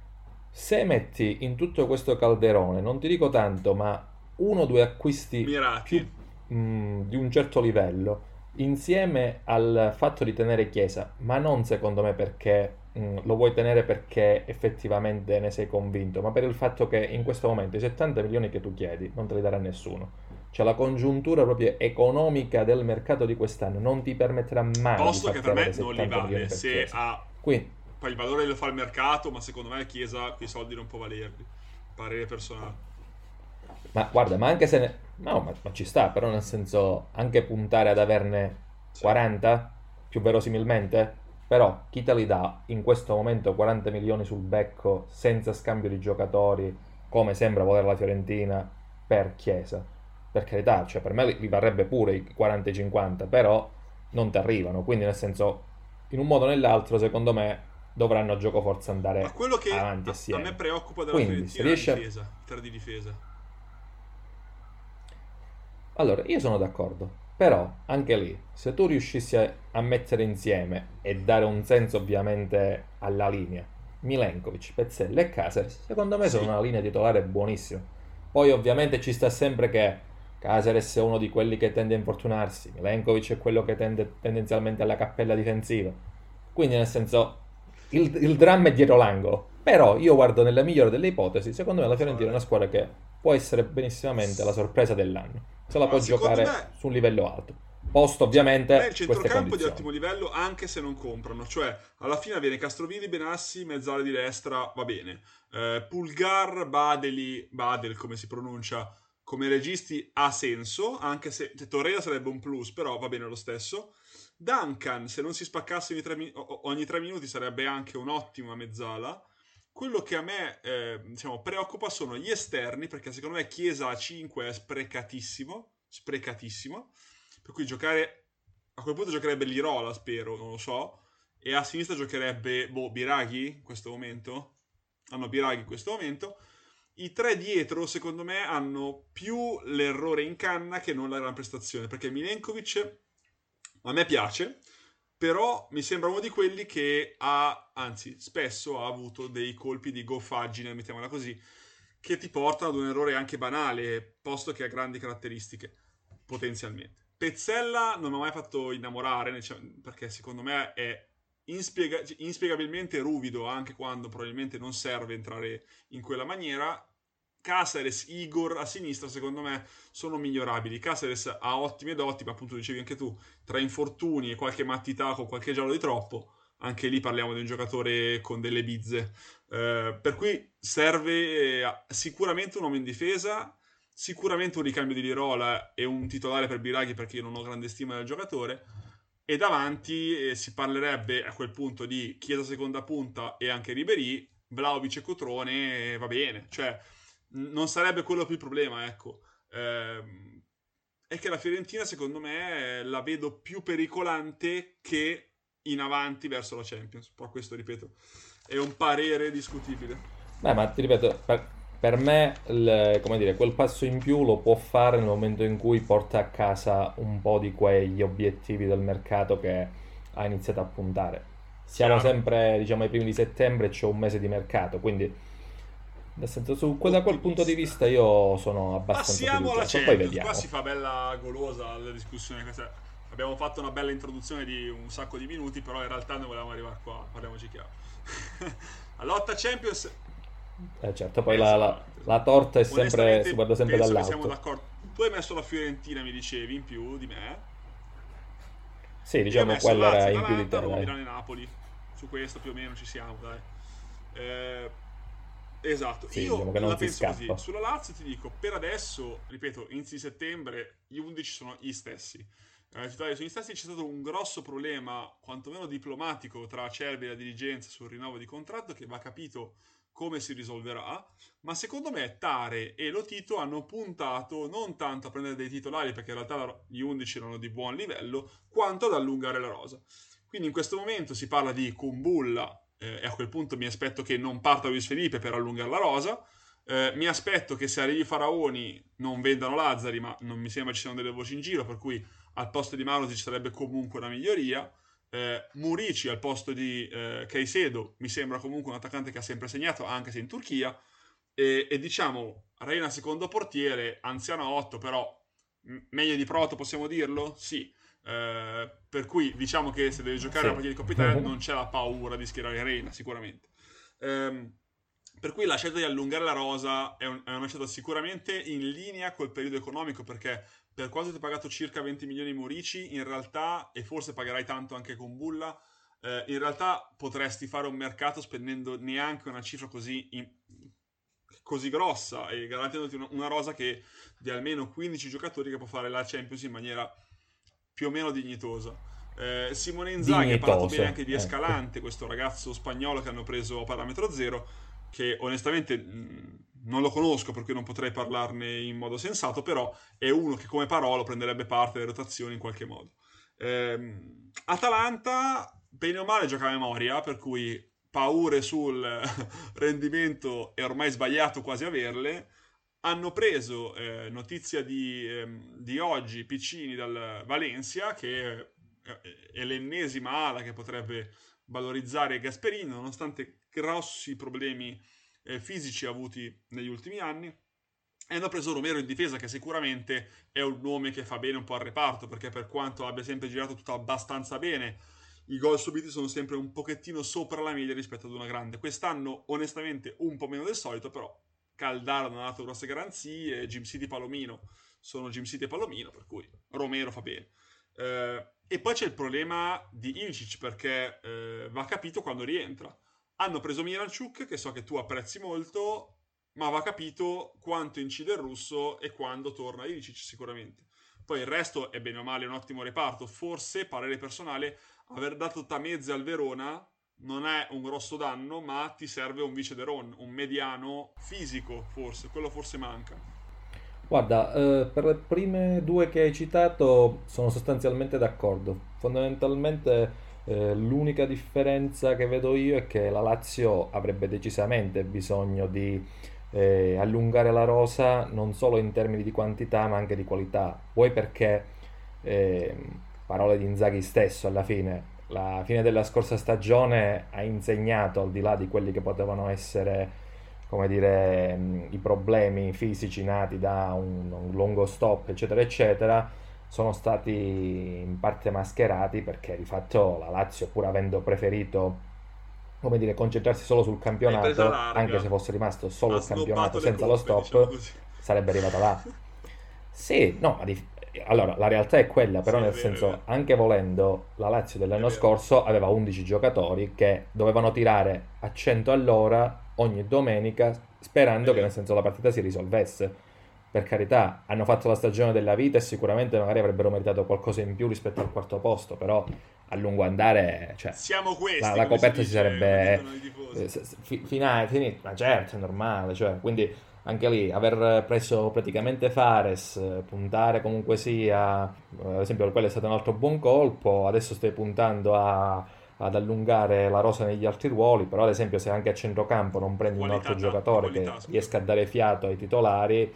Se metti in tutto questo calderone, non ti dico tanto, ma uno o due acquisti
Mirati.
più mh, di un certo livello, insieme al fatto di tenere Chiesa, ma non secondo me perché mh, lo vuoi tenere perché effettivamente ne sei convinto, ma per il fatto che in questo momento i settanta milioni che tu chiedi non te li darà nessuno. Cioè la congiuntura proprio economica del mercato di quest'anno non ti permetterà mai di
Posto che
farti
per me
avere
non li
settanta milioni
vale.
per
Se
Chiesa.
ha
Quindi,
poi il valore lo fa il mercato, ma secondo me Chiesa quei soldi non può valerli. Parere personale.
ma guarda, ma anche se... Ne... No, ma, ma ci sta, però nel senso anche puntare ad averne
Sì.
quaranta, più verosimilmente, però chi te li dà in questo momento quaranta milioni sul becco senza scambio di giocatori, come sembra voler la Fiorentina, per Chiesa? Per carità, cioè per me li, li varrebbe pure i quaranta e cinquanta, però non ti arrivano, quindi nel senso, in un modo o nell'altro, secondo me, dovranno a gioco forza
Ma
andare
quello che
avanti
a, a me
assieme.
preoccupa della
Quindi, se
Fiorentina è la
riesce a...
difesa, il tre di difesa.
Allora, io sono d'accordo, però anche lì, se tu riuscissi a, a mettere insieme e dare un senso ovviamente alla linea, Milenkovic, Pezzella e Caceres, secondo me sono
Sì,
una linea titolare buonissima. Poi ovviamente ci sta sempre che Caceres è uno di quelli che tende a infortunarsi, Milenkovic è quello che tende tendenzialmente alla cappella difensiva. Quindi nel senso, il, il dramma è dietro l'angolo. Però io guardo nella migliore delle ipotesi, secondo me la Fiorentina è una
fare.
squadra che può essere benissimamente la sorpresa dell'anno se la può
Allora, secondo
giocare
me
su un livello alto. posto
Cioè, non è il
ovviamente queste
centrocampo di
condizioni.
ottimo livello anche se non comprano. Cioè, alla fine viene Castrovilli, Benassi, mezzala di destra, va bene. Eh, Pulgar, Badeli, Badel come si pronuncia, come registi ha senso, anche se cioè, Torreira sarebbe un plus, però va bene lo stesso. Duncan, se non si spaccasse ogni tre, mi- o- ogni tre minuti, sarebbe anche un'ottima mezzala. Quello che a me eh, diciamo, preoccupa sono gli esterni, perché secondo me Chiesa a cinque è sprecatissimo, sprecatissimo. Per cui giocare a quel punto giocherebbe Lirola, spero, non lo so. E a sinistra giocherebbe boh, Biraghi in questo momento. Hanno Biraghi in questo momento. I tre dietro, secondo me, hanno più l'errore in canna che non la gran prestazione. Perché Milenkovic a me piace, però mi sembra uno di quelli che ha, anzi, spesso ha avuto dei colpi di goffaggine, mettiamola così, che ti portano ad un errore anche banale, posto che ha grandi caratteristiche, potenzialmente. Pezzella non mi ha mai fatto innamorare, perché secondo me è inspiega- inspiegabilmente ruvido anche quando probabilmente non serve entrare in quella maniera. Caceres, Igor a sinistra, secondo me, sono migliorabili. Caceres ha ottime doti, ma appunto dicevi anche tu, tra infortuni e qualche mattità con qualche giallo di troppo, anche lì parliamo di un giocatore con delle bizze. Eh, per cui serve eh, sicuramente un uomo in difesa, sicuramente un ricambio di Lirola e un titolare per Biraghi perché io non ho grande stima del giocatore. E davanti eh, si parlerebbe a quel punto di Chiesa seconda punta e anche Ribery, Vlaovic e Cotrone, eh, va bene. Cioè, n- non sarebbe quello più il problema, ecco. Ehm, è che la Fiorentina, secondo me, la vedo più pericolante che in avanti verso la Champions. Però questo, ripeto, è un parere discutibile.
Beh, ma ti ripeto, per, per me, il- come dire, quel passo in più lo può fare nel momento in cui porta a casa un po' di quegli obiettivi del mercato che ha iniziato a puntare. Siamo
Chiaro.
sempre, diciamo, ai primi di settembre e c'è un mese di mercato, quindi nel senso, su, que- da quel punto di
Ottimista.
vista io sono abbastanza
Passiamo alla
fiducioso. Poi
Champions. Qua
vediamo.
si fa bella golosa la discussione. Questa- Abbiamo fatto una bella introduzione di un sacco di minuti, però in realtà noi volevamo arrivare qua, parliamoci chiaro. La lotta Champions.
Eh, certo, poi la, la-
Esatto,
la
esatto.
torta è sempre, si
Onestamente
guarda sempre
penso che siamo
dall'alto.
d'accordo. Tu hai messo la Fiorentina, mi dicevi, in più di me.
Sì,
Io ho
diciamo
messo
quella era
Lazio,
in più di
Atalanta,
te,
Roma,
dai.
Milano e Napoli. Su questo più o meno ci siamo, dai. Eh, esatto,
Sì, diciamo
io
che
la
non si
penso così.
scappa.
Sulla Lazio ti dico, per adesso, ripeto, inizio di settembre, gli undici sono gli stessi. Eh, i titolari sono gli stessi, c'è stato un grosso problema, quantomeno diplomatico, tra Cervi e la dirigenza sul rinnovo di contratto che va capito come si risolverà. Ma secondo me Tare e Lotito hanno puntato non tanto a prendere dei titolari, perché in realtà la- gli undici erano di buon livello, quanto ad allungare la rosa. Quindi in questo momento si parla di Kumbulla, eh, e a quel punto mi aspetto che non parta Luis Felipe per allungare la rosa. Eh, mi aspetto che se arrivi Faraoni non vendano Lazzari, ma non mi sembra ci siano delle voci in giro, per cui al posto di Mauro ci sarebbe comunque una miglioria. Eh, Murici al posto di eh, Caicedo mi sembra comunque un attaccante che ha sempre segnato, anche se in Turchia. E, e diciamo, Reina secondo portiere, anziano a otto, però m- meglio di Proto possiamo dirlo? Sì. Eh, per cui diciamo che se devi giocare la
Sì.
partita di Coppa Italia non c'è la paura di schierare Reina, sicuramente. Ehm, per cui la scelta di allungare la rosa è, un- è una scelta sicuramente in linea col periodo economico, perché per quanto ti hai pagato circa venti milioni Murici, in realtà, e forse pagherai tanto anche con Bulla, eh, in realtà potresti fare un mercato spendendo neanche una cifra così, in- così grossa e garantendoti una, una rosa che di almeno quindici giocatori che può fare la Champions in maniera più o meno dignitosa. Eh, Simone Inzaghi ha parlato bene
Dignitoso,
anche di
ecco.
Escalante, questo ragazzo spagnolo che hanno preso a parametro zero, che onestamente mh, non lo conosco perché non potrei parlarne in modo sensato, però è uno che come parola prenderebbe parte alle rotazioni in qualche modo. Ehm, Atalanta, bene o male, gioca a memoria, per cui paure sul rendimento è ormai sbagliato quasi averle. Hanno preso eh, notizia di, ehm, di oggi Piccini dal Valencia, che è l'ennesima ala che potrebbe valorizzare Gasperini, nonostante grossi problemi eh, fisici avuti negli ultimi anni. E hanno preso Romero in difesa, che sicuramente è un nome che fa bene un po' al reparto, perché per quanto abbia sempre girato tutto abbastanza bene, i gol subiti sono sempre un pochettino sopra la media rispetto ad una grande. Quest'anno, onestamente, un po' meno del solito, però Caldara non ha dato grosse garanzie, Jim City e Palomino sono Jim City e Palomino, per cui Romero fa bene. Eh, e poi c'è il problema di Ilicic, perché eh, va capito quando rientra. Hanno preso Miranchuk, che so che tu apprezzi molto, ma va capito quanto incide il russo e quando torna Ilicic sicuramente. Poi il resto è bene o male un ottimo reparto. Forse, parere personale, aver dato Tameze al Verona non è un grosso danno, ma ti serve un vice Deron, un mediano fisico, forse. Quello forse manca.
Guarda, eh, per le prime due che hai citato sono sostanzialmente d'accordo. Fondamentalmente eh, l'unica differenza che vedo io è che la Lazio avrebbe decisamente bisogno di eh, allungare la rosa non solo in termini di quantità ma anche di qualità. Vuoi perché, eh, parole di Inzaghi stesso alla fine, la fine della scorsa stagione ha insegnato, al di là di quelli che potevano essere come dire, mh, i problemi fisici nati da un, un lungo stop, eccetera, eccetera, sono stati in parte mascherati perché di fatto la Lazio, pur avendo preferito, come dire, concentrarsi solo sul
L'hai presa
campionato, anche
larga,
se fosse rimasto solo
ha
il
snobbato
campionato
le
senza lo
coppe, diciamo
stop,
così.
sarebbe arrivata là. Sì, no, ma di- allora la realtà è quella,
Sì,
però
è
nel
vero, è
senso,
vero,
anche volendo, la Lazio
è
dell'anno
vero.
scorso aveva undici giocatori che dovevano tirare a cento all'ora ogni domenica,
È
sperando che nel
vero.
senso la partita si risolvesse. Per carità, hanno fatto la stagione della vita e sicuramente magari avrebbero meritato qualcosa in più rispetto al quarto posto, però a lungo andare, cioè,
Siamo
la,
questi,
la
come si
coperta si
dice, come
sarebbe
dicono i tifosi.
eh, s- s- fi- fina- finita, ma certo, è normale, cioè, quindi anche lì aver preso praticamente Fares, eh, puntare comunque sia, eh, ad esempio, quello è stato un altro buon colpo, adesso stai puntando a- ad allungare la rosa negli altri ruoli, però ad esempio se anche a centrocampo non prendi un altro
Qualità, ta- di
giocatore che
qualità, scusa.
riesca a dare fiato ai titolari,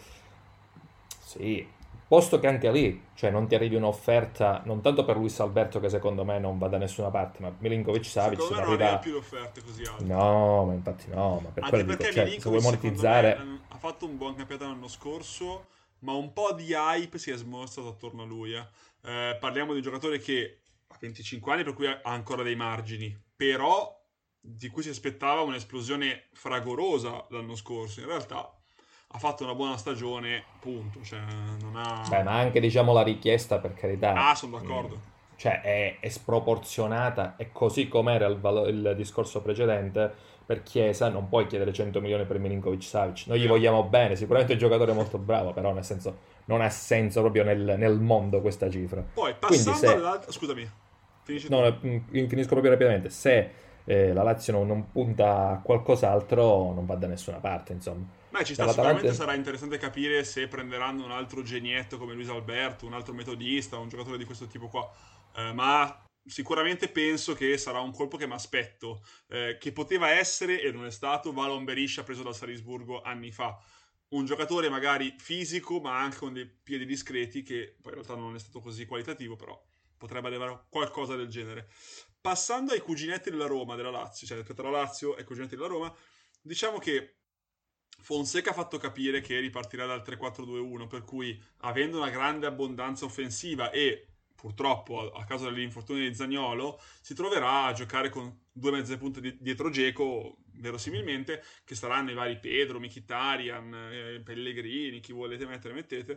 sì, posto che anche lì, cioè non ti arrivi un'offerta, non tanto per Luis Alberto che secondo me non va da nessuna parte, ma Milinkovic-Savic
Secondo
se
me
ne
non arriva
arriva.
più le offerte così alte.
No, ma infatti no, ma per
Anche
quello dico,
perché
cioè, se vuoi
Milinkovic, secondo me,
monetizzare.
ehm, ha fatto un buon campionato l'anno scorso, ma un po' di hype si è smorzato attorno a lui. Eh. Eh, parliamo di un giocatore che ha venticinque anni, per cui ha ancora dei margini, però di cui si aspettava un'esplosione fragorosa l'anno scorso. In realtà ha fatto una buona stagione, punto. Cioè, non
Beh,
ha...
ma anche diciamo la richiesta, per carità,
Ah, sono
mh,
d'accordo.
cioè è, è sproporzionata e così com'era il, valo- il discorso precedente, per Chiesa non puoi chiedere cento milioni per Milinkovic-Savic. Noi gli
Vero.
vogliamo bene, sicuramente è un giocatore molto bravo, però nel senso non ha senso proprio nel, nel mondo questa cifra.
Poi,
Quindi
passando
se
all'altro... Scusami, finisci
no,
tu.
mh, finisco proprio rapidamente. Se eh, la Lazio non, non punta a qualcos'altro, non va da nessuna parte, insomma.
Beh, ci
Per
sta,
l'Atalanta.
sicuramente sarà interessante capire se prenderanno un altro genietto come Luis Alberto, un altro metodista, un giocatore di questo tipo qua. Eh, ma sicuramente penso che sarà un colpo che mi aspetto, eh, che poteva essere, e non è stato, Valon Berisha preso dal Salisburgo anni fa. Un giocatore magari fisico, ma anche con dei piedi discreti, che poi in realtà non è stato così qualitativo, però potrebbe arrivare qualcosa del genere. Passando ai cuginetti della Roma, della Lazio, cioè tra la Lazio e i cuginetti della Roma, diciamo che Fonseca ha fatto capire che ripartirà dal tre quattro due uno, per cui avendo una grande abbondanza offensiva e purtroppo a causa dell'infortunio di Zagnolo si troverà a giocare con due mezze punte di- dietro Geco, verosimilmente, che saranno i vari Pedro, Mkhitaryan, eh, Pellegrini, chi volete mettere mettete.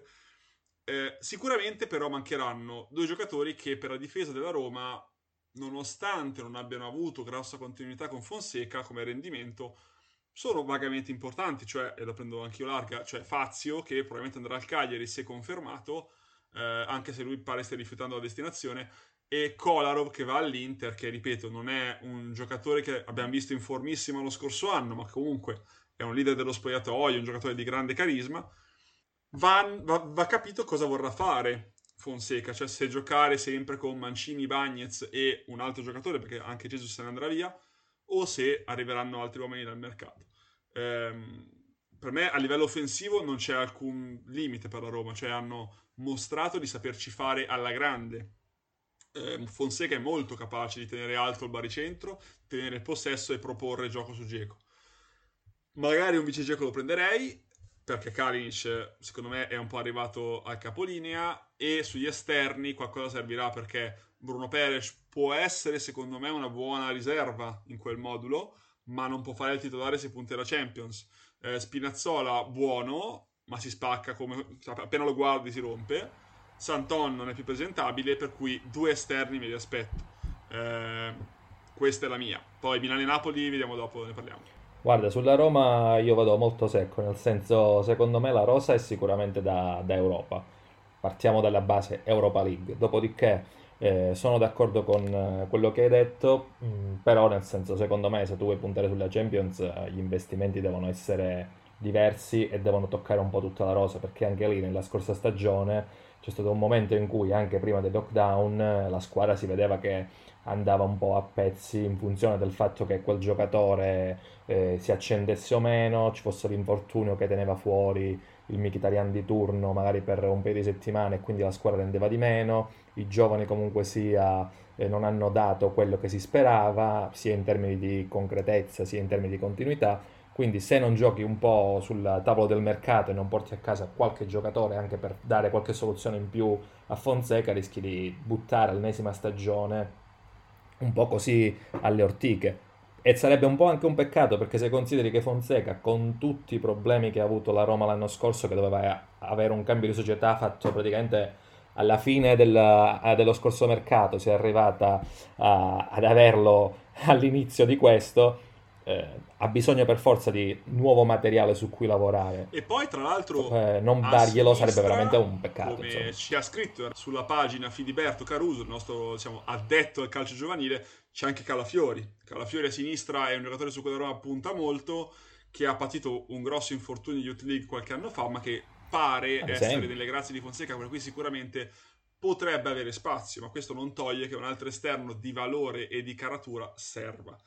Eh, sicuramente però mancheranno due giocatori che per la difesa della Roma, nonostante non abbiano avuto grossa continuità con Fonseca come rendimento, sono vagamente importanti, cioè, e la prendo anch'io larga, cioè Fazio, che probabilmente andrà al Cagliari se confermato, eh, anche se lui pare stia rifiutando la destinazione, e Kolarov che va all'Inter, che ripeto, non è un giocatore che abbiamo visto in formissima lo scorso anno, ma comunque è un leader dello spogliatoio, un giocatore di grande carisma. Va, va, va capito cosa vorrà fare Fonseca, cioè se giocare sempre con Mancini, Bagnez e un altro giocatore, perché anche Jesus se ne andrà via, o se arriveranno altri uomini dal mercato. Ehm, per me a livello offensivo non c'è alcun limite per la Roma, cioè hanno mostrato di saperci fare alla grande. Ehm, Fonseca è molto capace di tenere alto il baricentro, tenere il possesso e proporre gioco su Geco. Magari un vice Geco lo prenderei, perché Kalinic secondo me è un po' arrivato al capolinea, e sugli esterni qualcosa servirà, perché Bruno Peres può essere secondo me una buona riserva in quel modulo, ma non può fare il titolare se punta alla Champions. Eh, Spinazzola buono, ma si spacca come appena lo guardi si rompe. Santon non è più presentabile, per cui due esterni me li aspetto. Eh, questa è la mia. Poi Milano e Napoli, vediamo dopo, ne parliamo.
Guarda, sulla Roma io vado molto secco, nel senso, secondo me la rosa è sicuramente da, da Europa. Partiamo dalla base Europa League. Dopodiché eh, sono d'accordo con eh, quello che hai detto, mh, però nel senso, secondo me, se tu vuoi puntare sulla Champions, eh, gli investimenti devono essere diversi e devono toccare un po' tutta la rosa, perché anche lì nella scorsa stagione c'è stato un momento in cui anche prima del lockdown eh, la squadra si vedeva che andava un po' a pezzi in funzione del fatto che quel giocatore eh, si accendesse o meno, ci fosse l'infortunio che teneva fuori il Mkhitaryan di turno magari per un paio di settimane e quindi la squadra rendeva di meno, i giovani comunque sia eh, non hanno dato quello che si sperava, sia in termini di concretezza sia in termini di continuità, quindi se non giochi un po' sul tavolo del mercato e non porti a casa qualche giocatore anche per dare qualche soluzione in più a Fonseca, rischi di buttare l'ennesima stagione un po' così alle ortiche. E sarebbe un po' anche un peccato perché se consideri che Fonseca, con tutti i problemi che ha avuto la Roma l'anno scorso, che doveva avere un cambio di società fatto praticamente alla fine del- eh, dello scorso mercato, si è arrivata a- ad averlo all'inizio di questo, eh, ha bisogno per forza di nuovo materiale su cui lavorare.
E poi, tra l'altro,
Eh, non
a
darglielo sarebbe veramente
sinistra,
un peccato,
come
insomma.
ci ha scritto sulla pagina Filiberto Caruso, il nostro, diciamo, addetto al calcio giovanile, c'è anche Calafiori. Calafiori a sinistra è un giocatore su cui la Roma punta molto, che ha patito un grosso infortunio in Youth League qualche anno fa, ma che pare
Ad
essere
esempio.
nelle grazie di Fonseca, per cui sicuramente potrebbe avere spazio, ma questo non toglie che un altro esterno di valore e di caratura serva.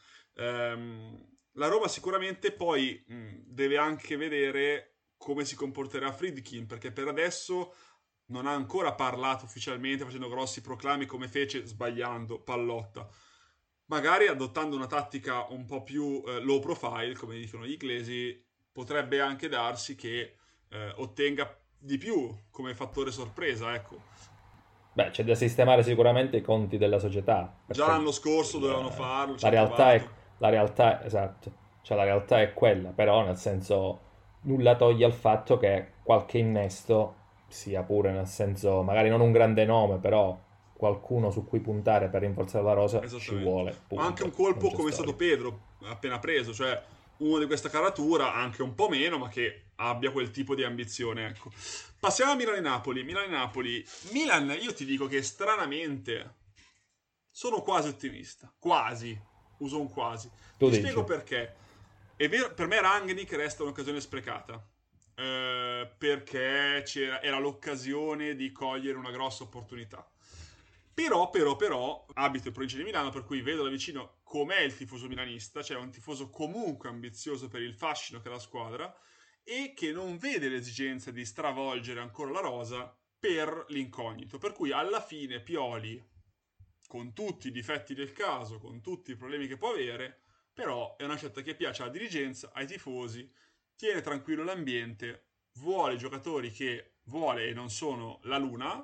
Ehm, la Roma sicuramente poi mh, deve anche vedere come si comporterà Friedkin, perché per adesso non ha ancora parlato ufficialmente facendo grossi proclami come fece sbagliando Pallotta. Magari adottando una tattica un po' più eh, low profile, come dicono gli inglesi, potrebbe anche darsi che eh, ottenga di più come fattore sorpresa, ecco.
Beh, c'è da sistemare sicuramente i conti della società,
Già
perché
l'anno scorso dovevano
il-
farlo, ci
la
hanno
realtà è,
provato.
la realtà, esatto, cioè la realtà è quella, però nel senso nulla toglie al fatto che qualche innesto sia pure, nel senso, magari non un grande nome, però qualcuno su cui puntare per rinforzare la rosa ci
Esattamente.
vuole,
Ma anche un
punto, non
colpo
c'è
come è stato
storia.
Pedro, appena preso, cioè uno di questa caratura, anche un po' meno, ma che abbia quel tipo di ambizione, ecco. Passiamo a Milan e Napoli. Milan e Napoli. Milan, io ti dico che stranamente sono quasi ottimista. Quasi. Uso un quasi.
Tu
Ti spiego
dici?
perché. È vero, per me Rangnick resta un'occasione sprecata. Eh, perché c'era, era l'occasione di cogliere una grossa opportunità. Però, però, però, abito in provincia di Milano, per cui vedo da vicino com'è il tifoso milanista, cioè un tifoso comunque ambizioso per il fascino che è la squadra e che non vede l'esigenza di stravolgere ancora la rosa per l'incognito. Per cui alla fine Pioli, con tutti i difetti del caso, con tutti i problemi che può avere, però è una scelta che piace alla dirigenza, ai tifosi, tiene tranquillo l'ambiente, vuole i giocatori che vuole e non sono la luna,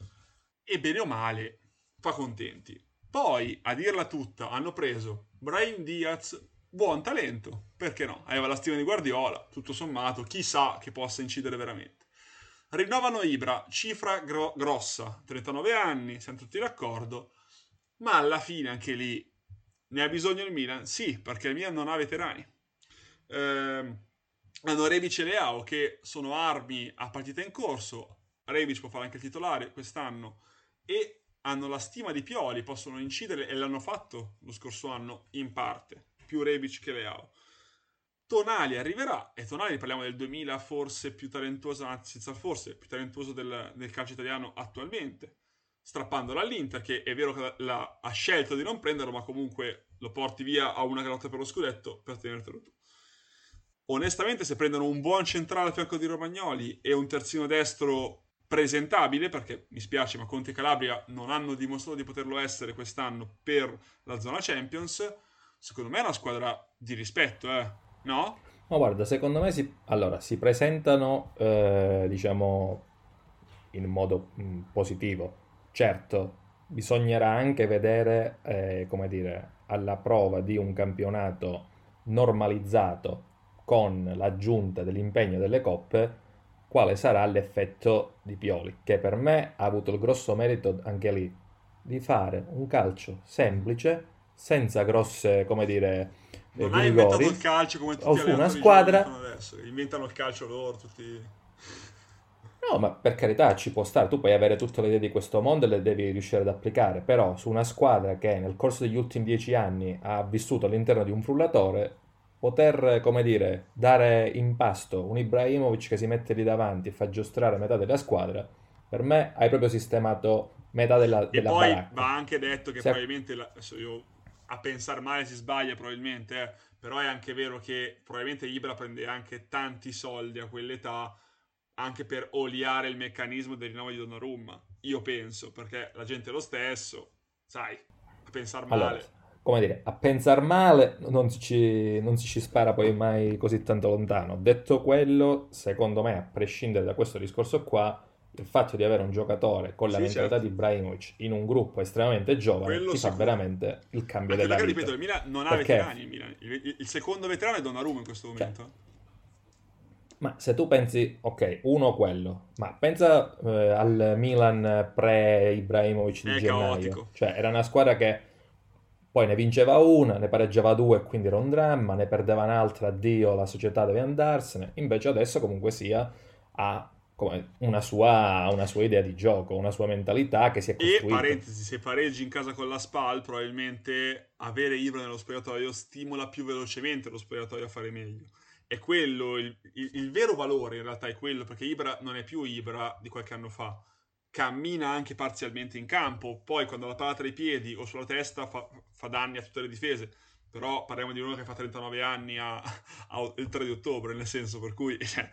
e bene o male fa contenti. Poi, a dirla tutta, hanno preso Brahim Diaz, buon talento, perché no? Aveva la stima di Guardiola, tutto sommato, chissà che possa incidere veramente. Rinnovano Ibra, cifra gro- grossa, trentanove anni, siamo tutti d'accordo, ma alla fine anche lì ne ha bisogno il Milan? Sì, perché il Milan non ha veterani. Ehm, hanno Rebic e Leao che sono armi a partita in corso. Rebic può fare anche il titolare quest'anno e hanno la stima di Pioli, possono incidere e l'hanno fatto lo scorso anno in parte, più Rebic che Leao. Tonali arriverà e Tonali parliamo del duemila forse più talentuoso, anzi senza forse più talentuoso del, del calcio italiano attualmente, strappandola all'Inter che è vero che la, ha scelto di non prenderlo ma comunque lo porti via a una lotta per lo scudetto per tenertelo tu. Onestamente se prendono un buon centrale a fianco di Romagnoli e un terzino destro presentabile, perché mi spiace ma Conte e Calabria non hanno dimostrato di poterlo essere quest'anno per la zona Champions, secondo me è una squadra di rispetto, eh? No?
Ma guarda, secondo me si, allora, si presentano, eh, diciamo, in modo mh, positivo. Certo, bisognerà anche vedere, eh, come dire, alla prova di un campionato normalizzato con l'aggiunta dell'impegno delle coppe, quale sarà l'effetto di Pioli, che per me ha avuto il grosso merito anche lì di fare un calcio semplice, senza grosse, come dire, eh,
Non hai inventato il
ghirigori,
calcio come
o
tutti gli
su una
allenatori giovani fanno
squadra.
adesso. Inventano il calcio loro, tutti...
No, ma per carità ci può stare, tu puoi avere tutte le idee di questo mondo e le devi riuscire ad applicare, però su una squadra che nel corso degli ultimi dieci anni ha vissuto all'interno di un frullatore, poter, come dire, dare in pasto un Ibrahimovic che si mette lì davanti e fa giostrare metà della squadra, per me hai proprio sistemato metà della,
E
della
poi
baracca.
va anche detto che
Se a-
probabilmente, la- adesso io a pensare male si sbaglia probabilmente, eh, però è anche vero che probabilmente Ibra prende anche tanti soldi a quell'età anche per oliare il meccanismo del rinnovo di Donnarumma. Io penso, perché la gente è lo stesso, sai, a pensare
Allora,
male.
come dire, a pensar male non si ci, non si ci spara poi mai così tanto lontano. Detto quello, secondo me, a prescindere da questo discorso qua, il fatto di avere un giocatore con la
Sì,
mentalità
certo,
di Ibrahimovic in un gruppo estremamente giovane
quello
ti fa
sicuro.
veramente il cambio
Anche
della
perché, ripeto,
vita.
il Milan non ha
Perché,
veterani. Il, Milan. Il, il- il secondo veterano è Donnarumma in questo
cioè,
momento.
ma se tu pensi, ok, uno quello, ma pensa eh, al Milan pre-Ibrahimovic di
È
gennaio,
caotico.
cioè era una squadra che poi ne vinceva una, ne pareggiava due, quindi era un dramma, ne perdeva un'altra, addio, la società deve andarsene, invece adesso comunque sia ha come una sua, una sua idea di gioco, una sua mentalità che si è
E,
costruita.
parentesi, se pareggi in casa con la Spal, probabilmente avere Ibra nello spogliatoio stimola più velocemente lo spogliatoio a fare meglio. È quello, il, il- il vero valore in realtà è quello, perché Ibra non è più Ibra di qualche anno fa. Cammina anche parzialmente in campo, poi quando ha la palla tra i piedi o sulla testa fa, fa danni a tutte le difese. Però parliamo di uno che fa trentanove anni a, a- il tre di ottobre, nel senso per cui... cioè,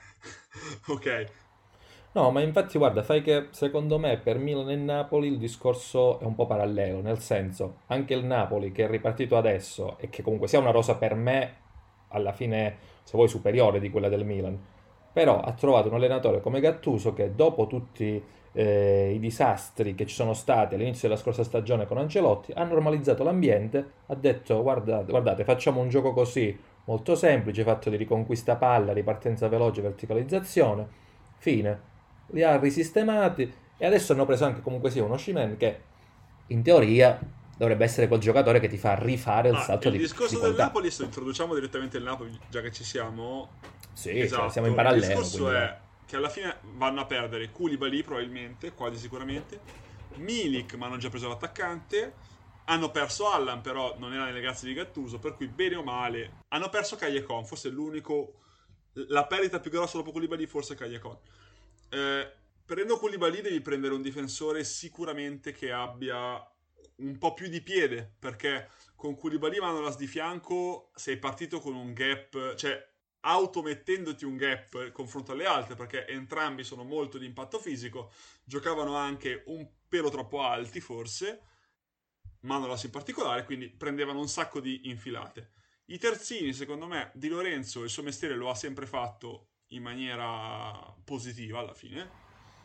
ok,
No, ma infatti guarda, fai che secondo me per Milan e Napoli il discorso è un po' parallelo, nel senso, anche il Napoli che è ripartito adesso e che comunque sia una rosa per me alla fine, se vuoi, superiore di quella del Milan, però ha trovato un allenatore come Gattuso che dopo tutti eh, i disastri che ci sono stati all'inizio della scorsa stagione con Ancelotti ha normalizzato l'ambiente, ha detto guardate, guardate, facciamo un gioco così molto semplice, fatto di riconquista palla, ripartenza veloce, verticalizzazione, fine li ha risistemati e adesso hanno preso anche comunque sia uno Osimhen che in teoria dovrebbe essere quel giocatore che ti fa rifare il
ah,
salto
il
di, di
discorso del
qualità.
Napoli, se introduciamo direttamente il Napoli, già che ci siamo,
Sì, cioè siamo in
esatto, il
parallelo,
discorso
quindi vai.
è che alla fine vanno a perdere Koulibaly probabilmente, quasi sicuramente, Milik, ma hanno già preso l'attaccante, hanno perso Allan, però non era nelle grazie di Gattuso, per cui bene o male, hanno perso Callecon, forse è l'unico, la perdita più grossa dopo Koulibaly forse è Callecon. Eh, prendo Koulibaly devi prendere un difensore sicuramente che abbia un po' più di piede, perché con Koulibaly Manolas di fianco sei partito con un gap, cioè automettendoti un gap in confronto alle altre, perché entrambi sono molto di impatto fisico, giocavano anche un pelo troppo alti forse, Manolas in particolare, quindi prendevano un sacco di infilate. I terzini, secondo me, Di Lorenzo il suo mestiere lo ha sempre fatto in maniera positiva alla fine.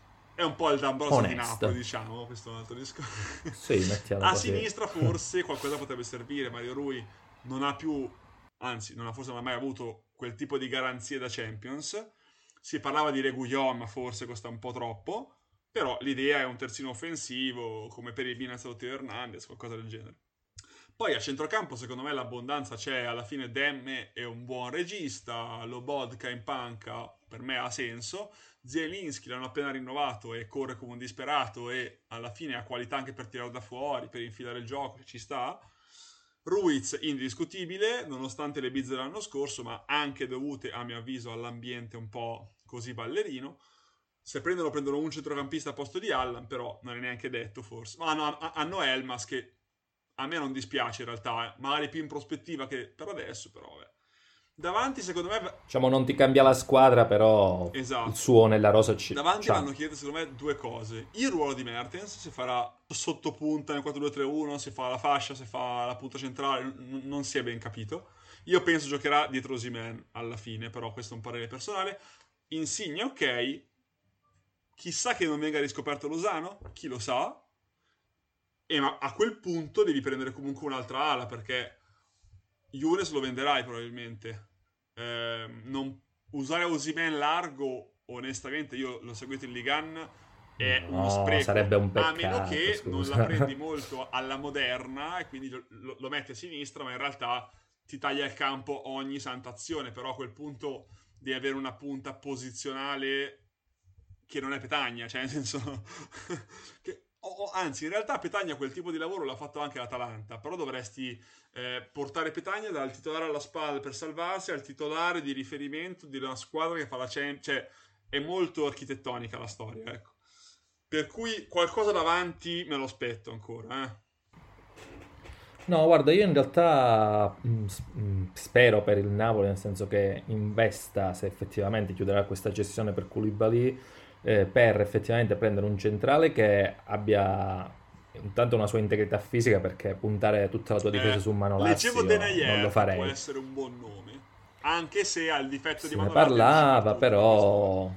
È un po' il D'Ambrosio di Napoli,
Onesto.
diciamo, questo è un altro discorso.
Sì, mettiamola
A
così.
sinistra forse qualcosa potrebbe servire. Mario Rui non ha più, anzi, non ha forse non ha mai avuto quel tipo di garanzie da Champions. Si parlava di Reguilon, ma forse costa un po' troppo. Però l'idea è un terzino offensivo, come per il Milan Teo Hernandez, qualcosa del genere. Poi a centrocampo, secondo me, l'abbondanza c'è. Alla fine Demme è un buon regista, Lobotka in panca per me ha senso. Zielinski l'hanno appena rinnovato e corre come un disperato e alla fine ha qualità anche per tirare da fuori, per infilare il gioco, ci sta. Ruiz indiscutibile, nonostante le bizze dell'anno scorso, ma anche dovute, a mio avviso, all'ambiente un po' così ballerino. Se prendono, prendono un centrocampista a posto di Allan, però non è neanche detto forse. Ma hanno, hanno Elmas che a me non dispiace in realtà, eh. Magari più in prospettiva che per adesso, però vabbè. Davanti, secondo me,
Diciamo non ti cambia la squadra, però il
esatto.
suo nella rosa ci...
Davanti
c'ha.
vanno chiedere, secondo me, due cose. Il ruolo di Mertens, se farà sottopunta nel quattro due tre uno, se fa la fascia, se fa la punta centrale, n- non si è ben capito. Io penso giocherà dietro Osimhen alla fine, però questo è un parere personale. Insigne, ok. Chissà che non venga riscoperto Lozano, chi lo sa. E ma a quel punto devi prendere comunque un'altra ala, perché Younes lo venderai probabilmente. Eh, non usare Osimhen largo onestamente io l'ho seguito in Ligan, è uno
No,
spreco,
sarebbe un
a meno
peccato,
che non la
scusa.
prendi molto alla moderna e quindi lo, lo- lo metti a sinistra, ma in realtà ti taglia il campo ogni santa azione, però a quel punto devi avere una punta posizionale che non è Petagna, cioè nel senso che, o- o- anzi in realtà Petagna quel tipo di lavoro l'ha fatto anche l'Atalanta, però dovresti eh, portare Petagna dal titolare alla spalla per salvarsi al titolare di riferimento di una squadra che fa la Champions, cioè è molto architettonica la storia, ecco. Per cui qualcosa davanti me lo aspetto ancora, eh.
No, guarda, io in realtà mh, s- mh, spero per il Napoli, nel senso che investa, se effettivamente chiuderà questa gestione per Koulibaly, eh, per effettivamente prendere un centrale che abbia intanto una sua integrità fisica, perché puntare tutta la tua difesa
Eh,
su
leggevo
Manolassi io non lo
Denayer che può
farei.
essere un buon nome, anche se ha il difetto di
Se ne
Manolas di far
parlava,
tutto di quest'anno.
però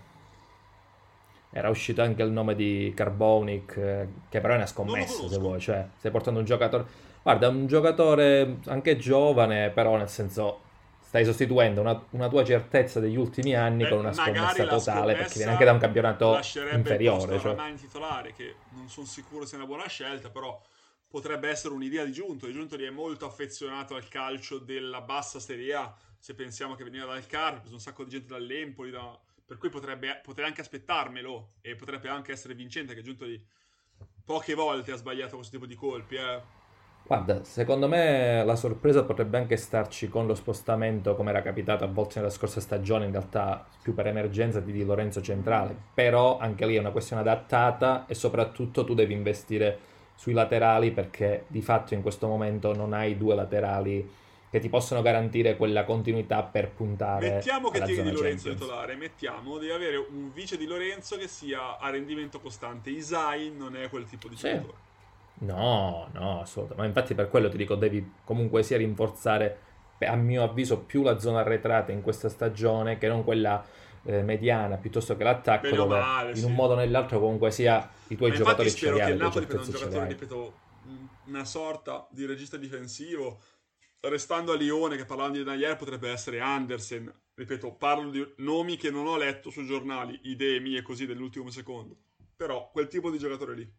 era uscito anche il nome di Carbonic, eh, che però è una
Non lo
scommessa, se
conosco.
vuoi, cioè stai portando un giocatore. Guarda, è un giocatore anche giovane, però nel senso stai sostituendo una, una tua certezza degli ultimi anni con
Beh,
una
magari
scommessa
la
totale, perché viene anche da
scommessa
un campionato
lascerebbe il posto
inferiore,
a
cioè.
Ramani titolare, che non sono sicuro sia una buona scelta, però potrebbe essere un'idea di Giuntoli. Giuntoli è molto affezionato al calcio della bassa Serie A, se pensiamo che veniva dal Carpi, ha preso un sacco di gente dall'Empoli, da- per cui potrebbe, potrei anche aspettarmelo e potrebbe anche essere vincente, che Giuntoli poche volte ha sbagliato questo tipo di colpi, eh.
Guarda, secondo me la sorpresa potrebbe anche starci con lo spostamento, come era capitato a volte nella scorsa stagione, in realtà più per emergenza, di Di Lorenzo centrale. Però anche lì è una questione adattata e soprattutto tu devi investire sui laterali, perché di fatto in questo momento non hai due laterali che ti possono garantire quella continuità per puntare
Mettiamo che
alla
tieni Di
zona
Lorenzo
Champions.
titolare, mettiamo, devi avere un vice Di Lorenzo che sia a rendimento costante. Isai non è quel tipo di
Sì.
giocatore.
No, no, assolutamente. Ma infatti per quello ti dico, devi comunque sia rinforzare, beh, a mio avviso, più la zona arretrata in questa stagione che non quella eh, mediana, piuttosto che l'attacco,
Bene o
dove
male,
in un
sì.
modo o nell'altro comunque sia i tuoi
Ma infatti
giocatori ce
spero
li
che
hai,
il
le tue
Napoli prenda un
certezze ce le
giocatore,
hai.
ripeto, una sorta di regista difensivo. Restando a Lione, che parlavamo di Denayer, potrebbe essere Andersen. Ripeto, parlo di nomi che non ho letto sui giornali, idee mie così dell'ultimo secondo. Però quel tipo di giocatore lì.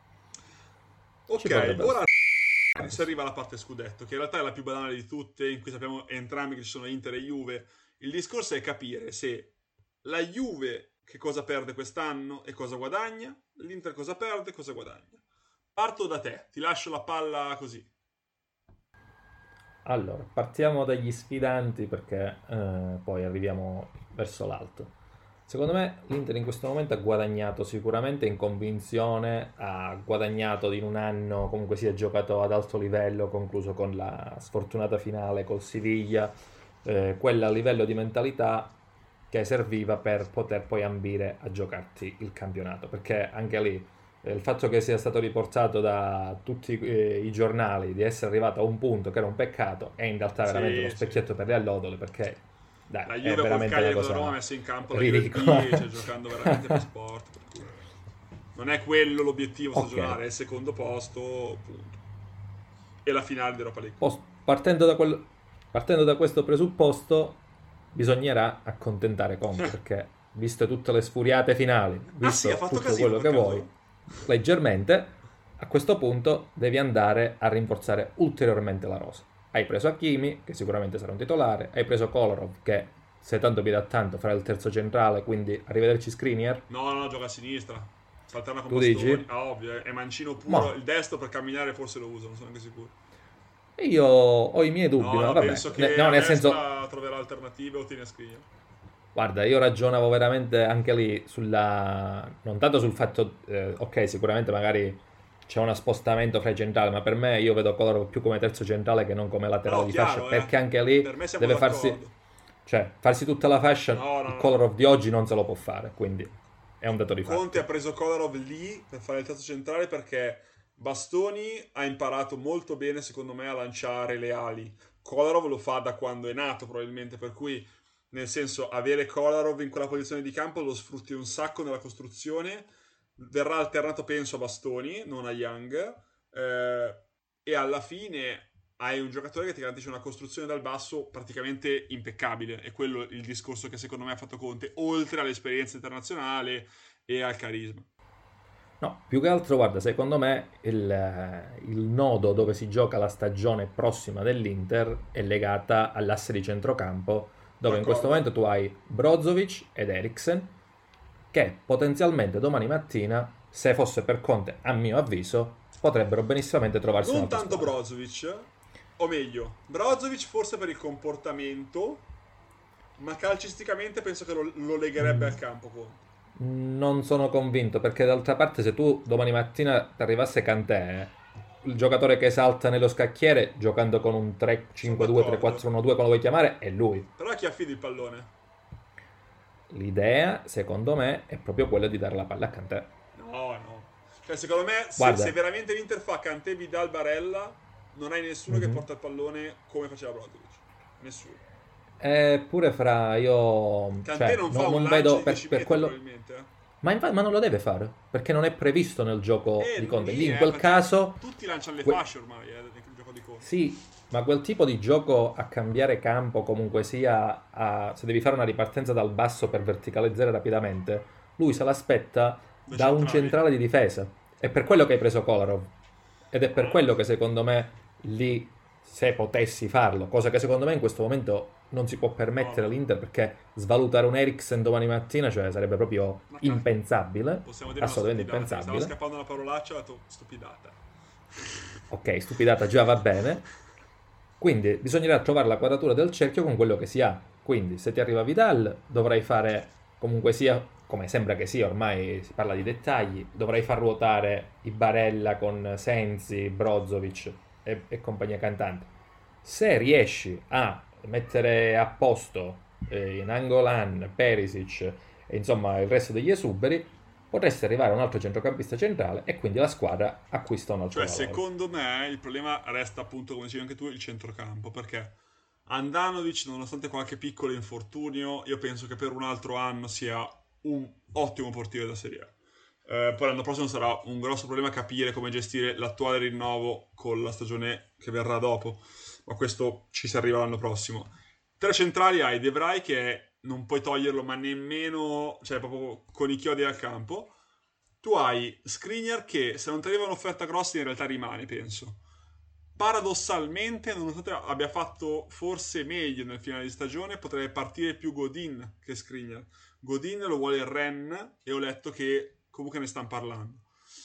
Ci
Ok,
potrebbero
ora
stare,
si
sì.
arriva alla parte scudetto, che in realtà è la più banale di tutte, in cui sappiamo entrambi che ci sono Inter e Juve. Il discorso è capire se la Juve che cosa perde quest'anno e cosa guadagna, l'Inter cosa perde e cosa guadagna. Parto da te, ti lascio la palla così.
Allora, partiamo dagli sfidanti, perché eh, poi arriviamo verso l'alto. Secondo me l'Inter in questo momento ha guadagnato sicuramente in convinzione, ha guadagnato in un anno, comunque si è giocato ad alto livello, concluso con la sfortunata finale col Siviglia, eh, quella a livello di mentalità che serviva per poter poi ambire a giocarti il campionato, perché anche lì eh, il fatto che sia stato riportato da tutti eh, i giornali di essere arrivato a un punto che era un peccato è in realtà veramente uno
Sì, sì.
specchietto per le allodole, perché dai,
La
è
Juve col
veramente una
Cagliari con la Roma ha
cosa
messo in campo la Juve
ridicola.
B, cioè giocando veramente per sport, per cui non è quello l'obiettivo
Ok,
stagionale, è il secondo posto, punto. E la finale di Europa League.
Pos- partendo da, quel- partendo da questo presupposto, bisognerà accontentare Conte, perché visto tutte le sfuriate finali,
Ah sì, ha
visto
fatto
tutto
casino
quello
per
che vuoi,
caso?
leggermente, a questo punto devi andare a rinforzare ulteriormente la rosa. Hai preso Hakimi, che sicuramente sarà un titolare, hai preso Kolarov, che se tanto mi dà tanto farà il terzo centrale, quindi arrivederci Skriniar.
No, no, no, gioca a sinistra. Salterna con
Tu dici?
bastoni. Ah, ovvio, è mancino puro.
Ma
Il destro per camminare forse lo usa, non sono neanche sicuro.
io ho i miei dubbi,
No,
ma
no,
vabbè.
penso
Ne-
che
No,
a
nel senso,
destra troverà alternative o tiene Skriniar.
guarda, io ragionavo veramente anche lì sulla... non tanto sul fatto, eh, ok, sicuramente magari c'è uno spostamento fra i centrali, ma per me io vedo Kolarov più come terzo centrale che non come laterale
No,
di fascia,
chiaro, eh.
perché anche lì
Per me siamo
deve farsi,
d'accordo.
cioè, farsi tutta la fascia,
No,
il
no, no.
Kolarov di oggi non se lo può fare, quindi è un dato di
Conte ha
fatto.
preso Kolarov lì per fare il terzo centrale perché Bastoni ha imparato molto bene, secondo me, a lanciare le ali. Kolarov lo fa da quando è nato, probabilmente, per cui, nel senso, avere Kolarov in quella posizione di campo lo sfrutti un sacco nella costruzione. Verrà alternato, penso, a Bastoni, non a Young. Eh, e alla fine hai un giocatore che ti garantisce una costruzione dal basso praticamente impeccabile. È quello il discorso che secondo me ha fatto Conte, oltre all'esperienza internazionale e al carisma.
No, più che altro, guarda, secondo me il, eh, il nodo dove si gioca la stagione prossima dell'Inter è legata all'asse di centrocampo, dove in questo
D'accordo?
momento tu hai Brozovic ed Eriksen, che potenzialmente domani mattina, se fosse per Conte, a mio avviso, potrebbero benissimamente trovarsi
Non
un'altra
tanto
squadra.
Brozovic, o meglio, Brozovic forse per il comportamento, ma calcisticamente penso che lo, lo legherebbe
Mm,
al campo Conte.
Non sono convinto, perché d'altra parte se tu domani mattina ti arrivasse Kanté, il giocatore che esalta nello scacchiere giocando con un
Sono
tre cinque due,
d'accordo.
tre quattro uno due, come lo vuoi chiamare, è lui.
Però a chi affidi il pallone?
L'idea, secondo me, è proprio quella di dare la palla a Kanté.
No, no. Cioè, secondo me, se, se
Guarda,
veramente l'Inter fa Kanté, Vidal, Barella, non hai nessuno che
mhm.
porta il pallone come faceva Brozovic. Nessuno.
Eppure fra io,
Kanté
cioè,
non fa
no-
un
non
lancio
vedo
di
per,
dieci
per
metri
quello.
probabilmente, eh.
Ma, infa- ma non lo deve fare, perché non è previsto nel gioco
E
di
non
Conte. Lì in
è, eh,
quel
perché
caso,
tutti lanciano le
que-
fasce ormai, eh, nel gioco di Conte.
sì, ma quel tipo di gioco a cambiare campo, comunque sia, a- se devi fare una ripartenza dal basso per verticalizzare rapidamente, lui se l'aspetta
Due
da un
centrali.
centrale di difesa. È per quello che hai preso Kolarov. Ed è per
Ah,
quello che secondo me lì, se potessi farlo, cosa che secondo me in questo momento non si può
no,
permettere
no.
all'Inter, perché svalutare un Eriksen domani mattina, cioè, sarebbe proprio
Ma cacchio.
impensabile,
Possiamo dire una
assolutamente
stupidata. Mi stava
impensabile.
scappando una parolaccia, ho detto stupidata.
Ok, stupidata già va bene. Quindi bisognerà trovare la quadratura del cerchio con quello che si ha. Quindi se ti arriva Vidal dovrai fare comunque sia, come sembra che sia, ormai si parla di dettagli, dovrai far ruotare i Barella con Sensi, Brozovic e, e compagnia cantante. Se riesci a mettere a posto eh, Nangolan, Perisic e insomma il resto degli esuberi, potresti arrivare a un altro centrocampista centrale e quindi la squadra acquista un altro
Cioè,
valore.
secondo me il problema resta appunto, come dicevi anche tu, il centrocampo. Perché Andanovic, nonostante qualche piccolo infortunio, io penso che per un altro anno sia un ottimo portiere da Serie A. Eh, poi l'anno prossimo sarà un grosso problema capire come gestire l'attuale rinnovo con la stagione che verrà dopo. Ma questo ci si arriva l'anno prossimo. Tre centrali hai De Vrij che non puoi toglierlo, ma nemmeno, cioè proprio con i chiodi al campo. Tu hai Skriniar che se non ti arriva un'offerta grossa in realtà rimane, penso. Paradossalmente, nonostante abbia fatto forse meglio nel finale di stagione, potrebbe partire più Godin che Skriniar. Godin lo vuole il Ren e ho letto che comunque ne stanno parlando.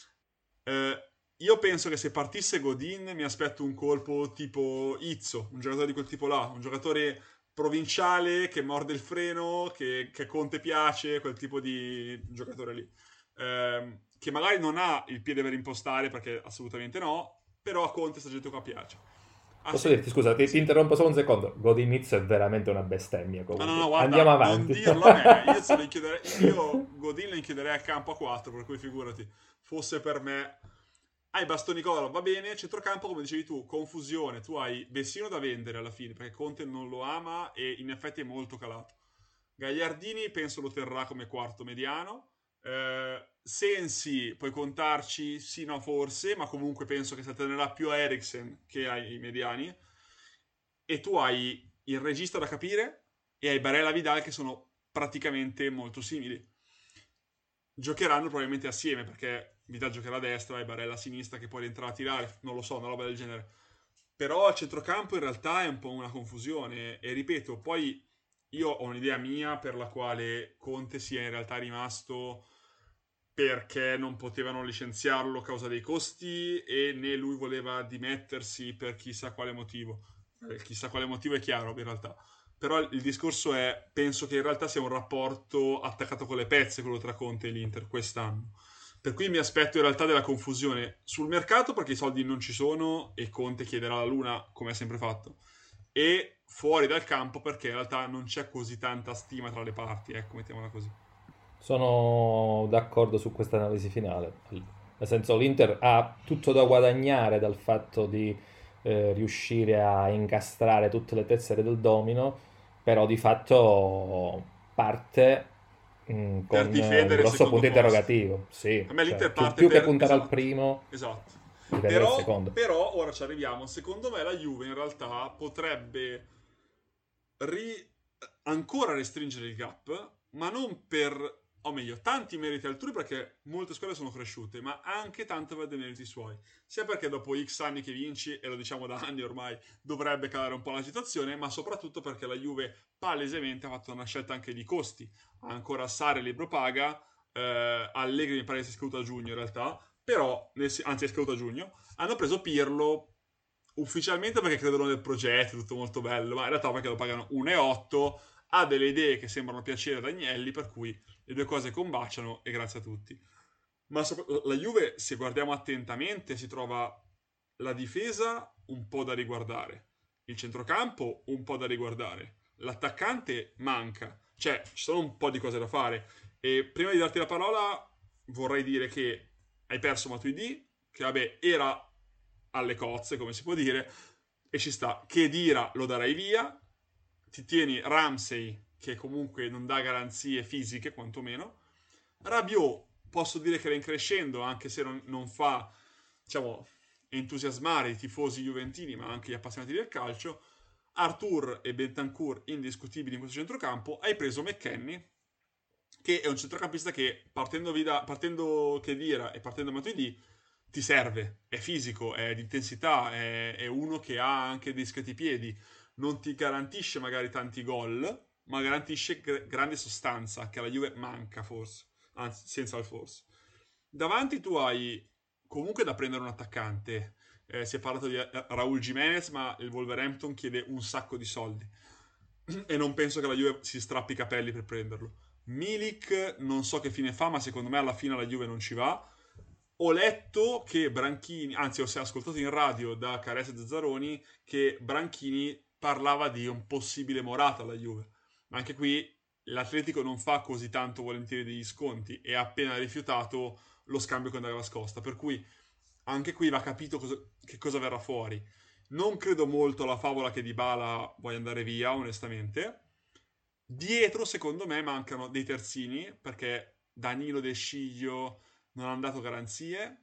Eh, io penso che se partisse Godin mi aspetto un colpo tipo Izzo, un giocatore di quel tipo là, un giocatore provinciale che morde il freno, che, che Conte piace, quel tipo di giocatore lì. Ehm, che magari non ha il piede per impostare, perché assolutamente no, però a Conte sta gente qua piace. Ah
Posso
sì,
dirti, scusa, ti, ti
sì.
interrompo solo un secondo. Godinizio è veramente una bestemmia
No, no, no,
comunque. Andiamo
guarda, non
avanti.
dirlo a me. Io, se lo inchiuderei, io Godin lo inchiuderei a campo a quattro, per cui figurati. Fosse per me. Hai Bastoni Colo, va bene, centrocampo come dicevi tu, confusione, tu hai Vessino da vendere alla fine, perché Conte non lo ama e in effetti è molto calato. Gagliardini penso lo terrà come quarto mediano. Eh, Sensi puoi contarci, sì, no, forse, ma comunque penso che si attenerà più a Eriksen che ai mediani. E tu hai il regista da capire e hai Barella Vidal che sono praticamente molto simili. Giocheranno probabilmente assieme perché Vidal giocherà a destra e Barella a sinistra che poi rientrerà a tirare, non lo so, una roba del genere. Però al centrocampo in realtà è un po' una confusione e ripeto, poi io ho un'idea mia per la quale Conte sia in realtà rimasto perché non potevano licenziarlo a causa dei costi e né lui voleva dimettersi per chissà quale motivo. Eh, chissà quale motivo è chiaro in realtà. Però il discorso è, penso che in realtà sia un rapporto attaccato con le pezze quello tra Conte e l'Inter quest'anno. Per cui mi aspetto in realtà della confusione sul mercato perché i soldi non ci sono e Conte chiederà la luna come ha sempre fatto. E fuori dal campo perché in realtà non c'è così tanta stima tra le parti, ecco, mettiamola così.
Sono d'accordo su questa analisi finale. Nel senso, l'Inter ha tutto da guadagnare dal fatto di eh, riuscire a incastrare tutte le tessere del domino, però di fatto parte mh,
Per
con un
difendere il
grosso
secondo
punto
posto.
interrogativo. Sì,
A me
cioè
l'Inter
più,
parte
più che
per...
puntare al
Esatto,
primo.
esatto.
Dipende dal
Però,
secondo.
però, ora ci arriviamo. Secondo me la Juve in realtà potrebbe ri- ancora restringere il gap, ma non per, o meglio, tanti meriti altrui perché molte squadre sono cresciute, ma anche tanto per dei meriti suoi. Sia perché dopo X anni che vinci, e lo diciamo da anni ormai, dovrebbe calare un po' la situazione, ma soprattutto perché la Juve palesemente ha fatto una scelta anche di costi. Ha ancora Sarri libro paga, eh, Allegri mi pare sia scaduto a giugno in realtà, però, nel- anzi è scaduto a giugno, hanno preso Pirlo ufficialmente perché credono nel progetto, tutto molto bello, ma in realtà perché lo pagano uno virgola otto, ha delle idee che sembrano piacere ad Agnelli, per cui le due cose combaciano e grazie a tutti. Ma sopra- la Juve, se guardiamo attentamente, si trova la difesa un po' da riguardare, il centrocampo un po' da riguardare, l'attaccante manca, cioè ci sono un po' di cose da fare. E prima di darti la parola vorrei dire che hai perso Matuidi, che vabbè era alle cozze, come si può dire, e ci sta. Che Dira lo darai via, ti tieni Ramsey, che comunque non dà garanzie fisiche, quantomeno. Rabiot, posso dire che era in crescendo, anche se non, non fa, diciamo, entusiasmare i tifosi juventini, ma anche gli appassionati del calcio. Arthur e Bentancur indiscutibili in questo centrocampo. Hai preso McKennie, che è un centrocampista che partendo, Vida, partendo Khedira e partendo Matuidi ti serve, è fisico, è di intensità, è, è uno che ha anche discreti piedi, non ti garantisce magari tanti gol, ma garantisce gr- grande sostanza che alla Juve manca forse, anzi senza il forse. Davanti tu hai comunque da prendere un attaccante, eh, si è parlato di eh, Raul Jimenez, ma il Wolverhampton chiede un sacco di soldi e non penso che la Juve si strappi i capelli per prenderlo. Milik non so che fine fa, ma secondo me alla fine la Juve non ci va. Ho letto che Branchini, anzi ho ascoltato in radio da Caressa Zazzaroni che Branchini parlava di un possibile Morata alla Juve. Ma anche qui l'Atletico non fa così tanto volentieri degli sconti e ha appena rifiutato lo scambio con Douglas Costa. Per cui anche qui va capito cosa, che cosa verrà fuori. Non credo molto alla favola che Dybala voglia andare via, onestamente. Dietro, secondo me, mancano dei terzini, perché Danilo De Sciglio non ha dato garanzie.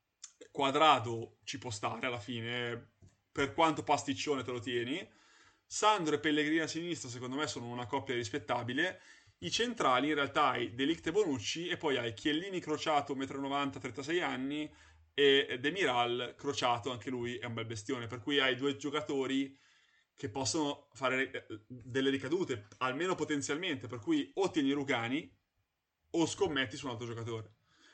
Quadrado ci può stare alla fine, per quanto pasticcione te lo tieni. Sandro e Pellegrini a sinistra, secondo me, sono una coppia rispettabile. I centrali, in realtà, hai Delict e Bonucci, e poi hai Chiellini crociato, uno virgola novanta m, trentasei anni, e Demiral crociato, anche lui è un bel bestione. Per cui hai due giocatori che possono fare eh, delle ricadute, almeno potenzialmente, per cui o tieni Rugani o scommetti su un altro giocatore.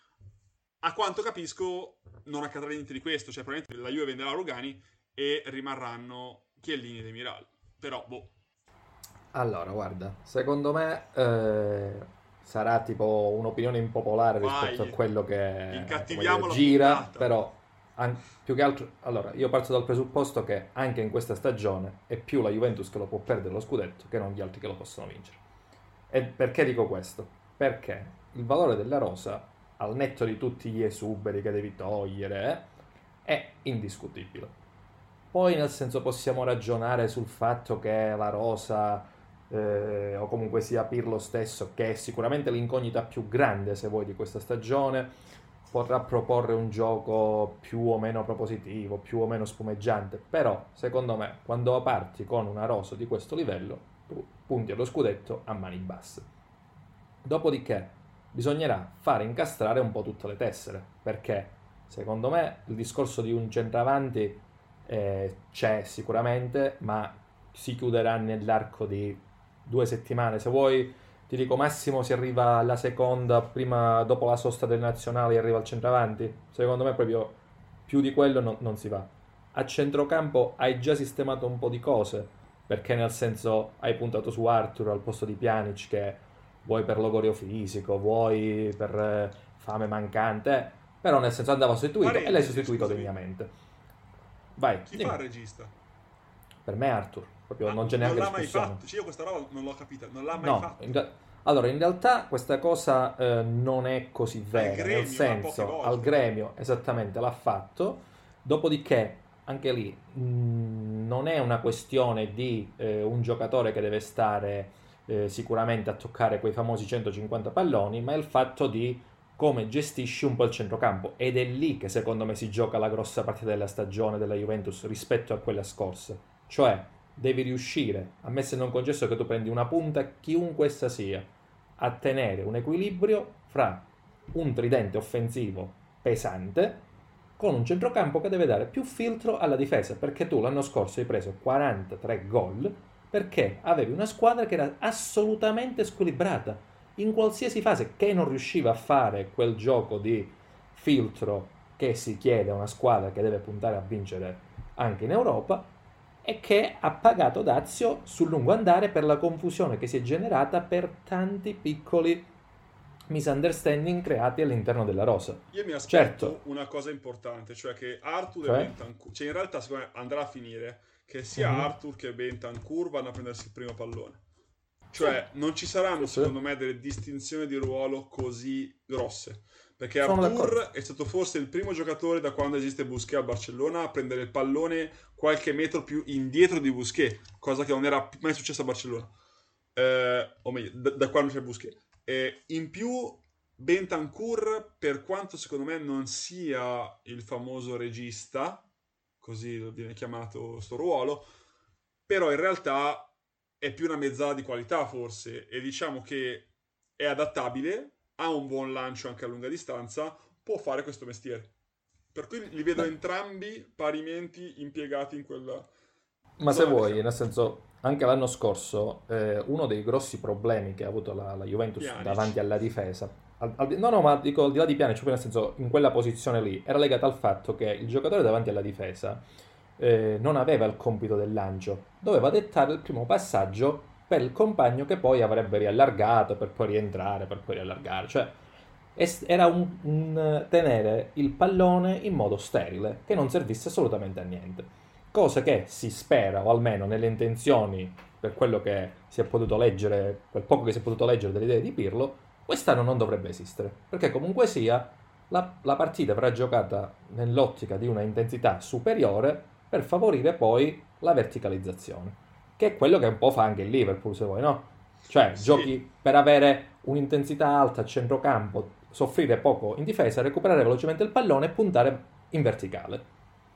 A quanto capisco non accadrà niente di questo, cioè probabilmente la Juve venderà Rugani e rimarranno Chiellini e Demiral. Però, boh.
Allora, guarda, secondo me eh, sarà tipo un'opinione impopolare rispetto a
Vai,
quello che, come
incattiviamo
dire,
la
gira,
puntata.
però an- più che altro, allora, io parto dal presupposto che anche in questa stagione è più la Juventus che lo può perdere lo scudetto che non gli altri che lo possono vincere. E perché dico questo? Perché il valore della rosa, al netto di tutti gli esuberi che devi togliere, eh, è indiscutibile. Poi nel senso possiamo ragionare sul fatto che la rosa eh, o comunque sia Pirlo stesso, che è sicuramente l'incognita più grande se vuoi di questa stagione, potrà proporre un gioco più o meno propositivo, più o meno spumeggiante, però secondo me quando parti con una rosa di questo livello tu punti allo scudetto a mani basse. Dopodiché bisognerà fare incastrare un po' tutte le tessere, perché secondo me il discorso di un centravanti eh, c'è sicuramente, ma si chiuderà nell'arco di due settimane. Se vuoi, ti dico massimo si arriva alla seconda, prima dopo la sosta del nazionale arriva al centravanti. Secondo me proprio più di quello non, non si va. A centrocampo hai già sistemato un po' di cose, perché nel senso hai puntato su Arthur al posto di Pjanic che vuoi per logorio fisico, vuoi per eh, fame mancante, però nel senso andava sostituito e l'hai
Parentesi,
sostituito
scusami.
degnamente. Vai,
Chi fa
dimmi.
il regista?
Per me Arthur, proprio
Ma
non c'è
non
neanche
l'ha mai
discussione.
fatto. Cioè, io questa roba non l'ho capita. Non l'ha mai
No, in
fatto.
re- allora in realtà questa cosa eh, non è così
Al
vera, nel
gremio, ma poche
senso al
volte.
gremio esattamente l'ha fatto, dopodiché anche lì mh, non è una questione di eh, un giocatore che deve stare eh, sicuramente a toccare quei famosi centocinquanta palloni, ma è il fatto di come gestisci un po' il centrocampo, ed è lì che secondo me si gioca la grossa partita della stagione della Juventus rispetto a quella scorsa. Cioè, devi riuscire, ammesso e non concesso che tu prendi una punta, chiunque essa sia, a tenere un equilibrio fra un tridente offensivo pesante con un centrocampo che deve dare più filtro alla difesa, perché tu l'anno scorso hai preso quarantatré gol perché avevi una squadra che era assolutamente squilibrata in qualsiasi fase, che non riusciva a fare quel gioco di filtro che si chiede a una squadra che deve puntare a vincere anche in Europa, e che ha pagato dazio sul lungo andare per la confusione che si è generata per tanti piccoli misunderstanding creati all'interno della rosa.
Io mi aspetto
Certo.
una cosa importante, cioè che Arthur
Cioè?
e Bentancur, cioè in realtà secondo me andrà a finire che sia
Mhm.
Arthur che Bentancur vanno a prendersi il primo pallone. Cioè non ci saranno
Sì, sì.
secondo me delle distinzioni di ruolo così grosse. Perché
Sono
Arthur
d'accordo.
è stato forse il primo giocatore da quando esiste Busquets al Barcellona a prendere il pallone qualche metro più indietro di Busquets, cosa che non era mai successa a Barcellona. Eh, o meglio, da, da quando c'è Busquets. E in più Bentancur, per quanto secondo me non sia il famoso regista, così viene chiamato sto ruolo, però in realtà è più una mezzala di qualità forse, e diciamo che è adattabile, ha un buon lancio anche a lunga distanza, può fare questo mestiere. Per cui li vedo
Beh,
entrambi parimenti impiegati in quella
ma se
zona di
vuoi, nel
campo.
senso, anche l'anno scorso, eh, uno dei grossi problemi che ha avuto la, la Juventus
Pjanic.
davanti alla difesa, al- al di- no, no, ma dico al di là di Pjanic, proprio nel senso, in quella posizione lì, era legata al fatto che il giocatore davanti alla difesa eh, non aveva il compito del lancio, doveva dettare il primo passaggio per il compagno che poi avrebbe riallargato, per poi rientrare, per poi riallargare, cioè es- era un, un tenere il pallone in modo sterile, che non servisse assolutamente a niente. Cosa che si spera, o almeno nelle intenzioni, per quello che si è potuto leggere, quel poco che si è potuto leggere delle idee di Pirlo, quest'anno non dovrebbe esistere. Perché comunque sia, la, la partita verrà giocata nell'ottica di una intensità superiore per favorire poi la verticalizzazione. Che è quello che un po' fa anche il Liverpool, se vuoi, no? Cioè,
Sì,
giochi per avere un'intensità alta a centrocampo, soffrire poco in difesa, recuperare velocemente il pallone e puntare in verticale.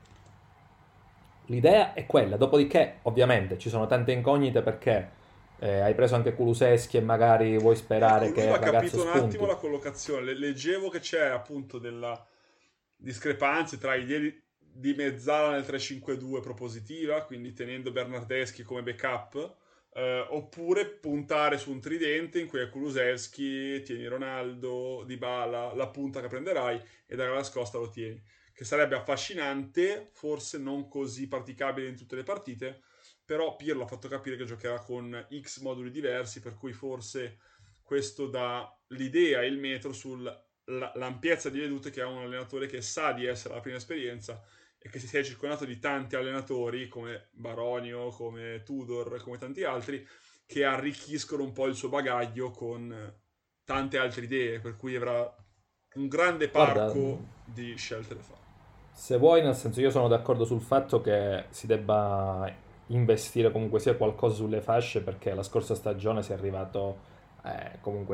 L'idea è quella, dopodiché ovviamente ci sono tante incognite perché eh, hai preso anche Kuluseschi e magari vuoi
ecco,
sperare che
lui
il
va
ragazzo
capito un attimo
spunti.
la collocazione. Le- Leggevo che c'è appunto della discrepanza tra idee di di mezzala nel tre cinque due propositiva, quindi tenendo Bernardeschi come backup, eh, oppure puntare su un tridente in cui è Kulusevski, tieni Ronaldo, Dybala, la punta che prenderai e dalla nascosta lo tieni. Che sarebbe affascinante, forse non così praticabile in tutte le partite, però Pirlo ha fatto capire che giocherà con X moduli diversi, per cui forse questo dà l'idea e il metro sull'ampiezza di vedute che ha un allenatore che sa di essere la prima esperienza e che si sia circondato di tanti allenatori come Baronio, come Tudor, come tanti altri, che arricchiscono un po' il suo bagaglio con tante altre idee, per cui avrà un grande
Guarda,
parco di scelte da fare.
se vuoi, nel senso io sono d'accordo sul fatto che si debba investire comunque sia qualcosa sulle fasce perché la scorsa stagione si è arrivato eh, comunque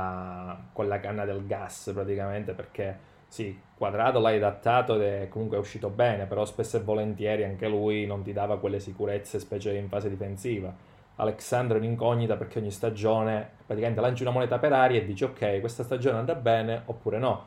sia con la canna del gas praticamente perché sì, Quadrado l'hai adattato ed è comunque uscito bene, però spesso e volentieri anche lui non ti dava quelle sicurezze, specie in fase difensiva. Alexandro in incognita perché ogni stagione praticamente lanci una moneta per aria e dici ok, questa stagione andrà bene oppure no.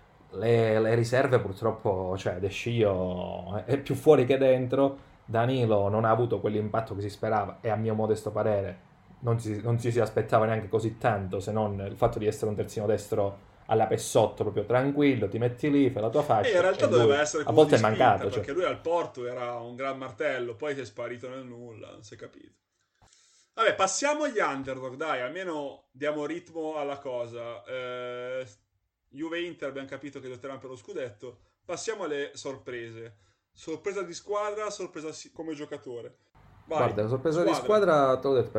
Le, le riserve purtroppo, cioè De Scio è più fuori che dentro. Danilo non ha avuto quell'impatto che si sperava e a mio modesto parere non si, non ci si aspettava neanche così tanto se non il fatto di essere un terzino destro alla Pessotto proprio tranquillo, ti metti lì, fai la tua
E in
fascia
realtà
e
doveva
lui
essere
a
colpo di
volte è
spinta,
mancato, cioè.
perché lui al Porto era un gran martello, poi si è sparito nel nulla, non si è capito. Vabbè, passiamo agli underdog, dai, almeno diamo ritmo alla cosa. Eh, Juve e Inter abbiamo capito che lotteranno per lo scudetto. Passiamo alle sorprese. Sorpresa di squadra, sorpresa si- come giocatore. Vai,
Guarda, la sorpresa di
squadra.
squadra, te l'ho detto, per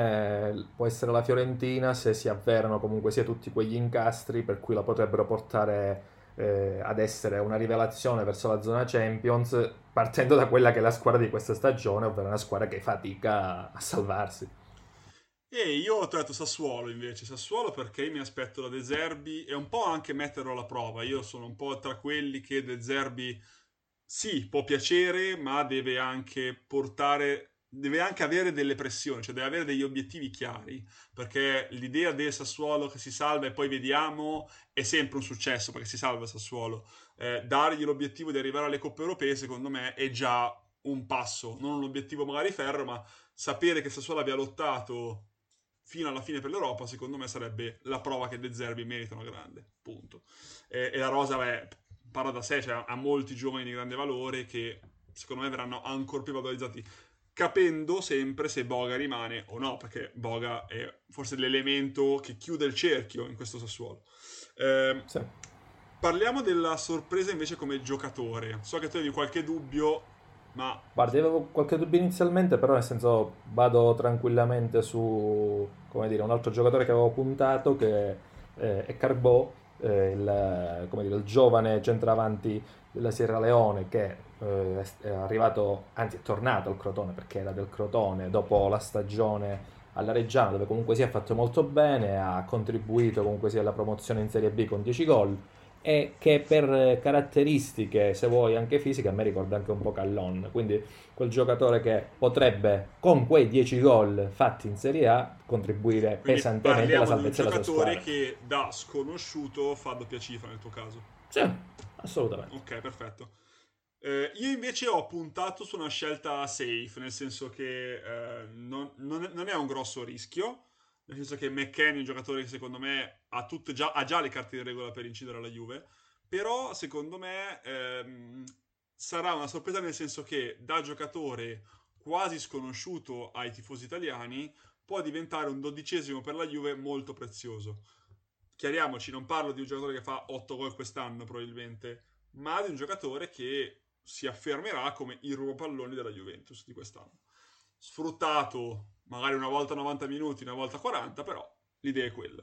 me può essere la Fiorentina se si avverano comunque sia tutti quegli incastri per cui la potrebbero portare eh, ad essere una rivelazione verso la zona Champions, partendo da quella che è la squadra di questa stagione, ovvero una squadra che fatica a salvarsi.
E io ho detto Sassuolo invece, Sassuolo perché mi aspetto da De Zerbi e un po' anche metterlo alla prova. Io sono un po' tra quelli che De Zerbi sì, può piacere, ma deve anche portare, deve anche avere delle pressioni, cioè deve avere degli obiettivi chiari, perché l'idea del Sassuolo che si salva e poi vediamo è sempre un successo perché si salva il Sassuolo. Eh, dargli l'obiettivo di arrivare alle coppe europee, secondo me, è già un passo, non un obiettivo magari ferro, ma sapere che il Sassuolo abbia lottato fino alla fine per l'Europa, secondo me sarebbe la prova che De Zerbi merita una grande, punto. E, e la rosa, beh, parla da sé, cioè ha molti giovani di grande valore che secondo me verranno ancora più valorizzati, capendo sempre se Boga rimane o no, perché Boga è forse l'elemento che chiude il cerchio in questo Sassuolo. Eh,
Sì.
Parliamo della sorpresa invece come giocatore. So che tu avevi qualche dubbio, ma
Guarda, io avevo qualche dubbio inizialmente, però nel senso vado tranquillamente su, come dire, un altro giocatore che avevo puntato, che eh, è Carbò, eh, il, come dire, il giovane centravanti della Sierra Leone che eh, è arrivato, anzi è tornato al Crotone perché era del Crotone dopo la stagione alla Reggiana, dove comunque si è fatto molto bene, ha contribuito comunque sia alla promozione in Serie B con dieci gol e che per caratteristiche, se vuoi anche fisiche, a me ricorda anche un po' Callon, quindi quel giocatore che potrebbe con quei dieci gol fatti in Serie A contribuire
quindi
pesantemente alla
parliamo di un
salvezza della sua
giocatore
squadra.
che da sconosciuto fa doppia cifra nel tuo caso.
Sì, assolutamente.
Ok, perfetto. Eh, io invece ho puntato su una scelta safe, nel senso che eh, non, non è non è un grosso rischio, nel senso che McKennie è un giocatore che secondo me ha, tutte già, ha già le carte di regola per incidere alla Juve, però secondo me ehm, sarà una sorpresa nel senso che da giocatore quasi sconosciuto ai tifosi italiani può diventare un dodicesimo per la Juve molto prezioso. Chiariamoci, non parlo di un giocatore che fa otto gol quest'anno probabilmente, ma di un giocatore che si affermerà come il rubapalloni della Juventus di quest'anno. Sfruttato magari una volta novanta minuti, una volta quaranta, però l'idea è quella.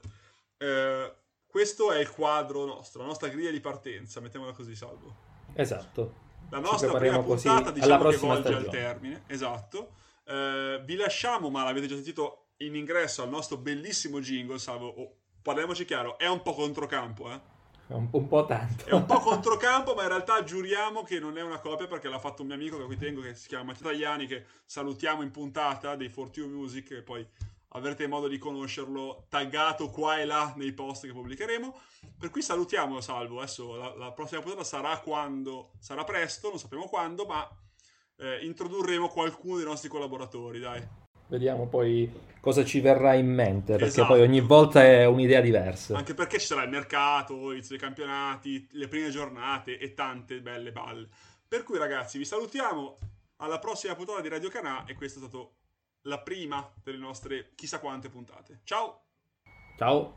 Eh, questo è il quadro nostro, la nostra griglia di partenza, mettiamola così, Salvo.
Esatto.
La
Ci
nostra prima
prepariamo così
puntata
alla
diciamo che
prossima
volge al
stagione.
termine, esatto. Eh, vi lasciamo, ma l'avete già sentito in ingresso al nostro bellissimo jingle, Salvo. Oh, parliamoci chiaro, è un po' controcampo, eh.
È un, un po'
È un po'
tanto.
controcampo, ma in realtà giuriamo che non è una copia perché l'ha fatto un mio amico che a cui tengo, che si chiama Matteo Tagliani, che salutiamo in puntata dei quattro Music, e poi avrete modo di conoscerlo taggato qua e là nei post che pubblicheremo. Per cui salutiamo Salvo. Adesso la, la prossima puntata sarà quando, sarà presto, non sappiamo quando, ma eh, introdurremo qualcuno dei nostri collaboratori, dai.
Vediamo poi cosa ci verrà in mente, perché poi ogni
Esatto.
volta è un'idea diversa.
Anche perché ci sarà il mercato, inizio dei campionati, le prime giornate e tante belle balle. Per cui ragazzi vi salutiamo, alla prossima puntata di Radio Canà e questa è stata la prima delle nostre chissà quante puntate. Ciao!
Ciao!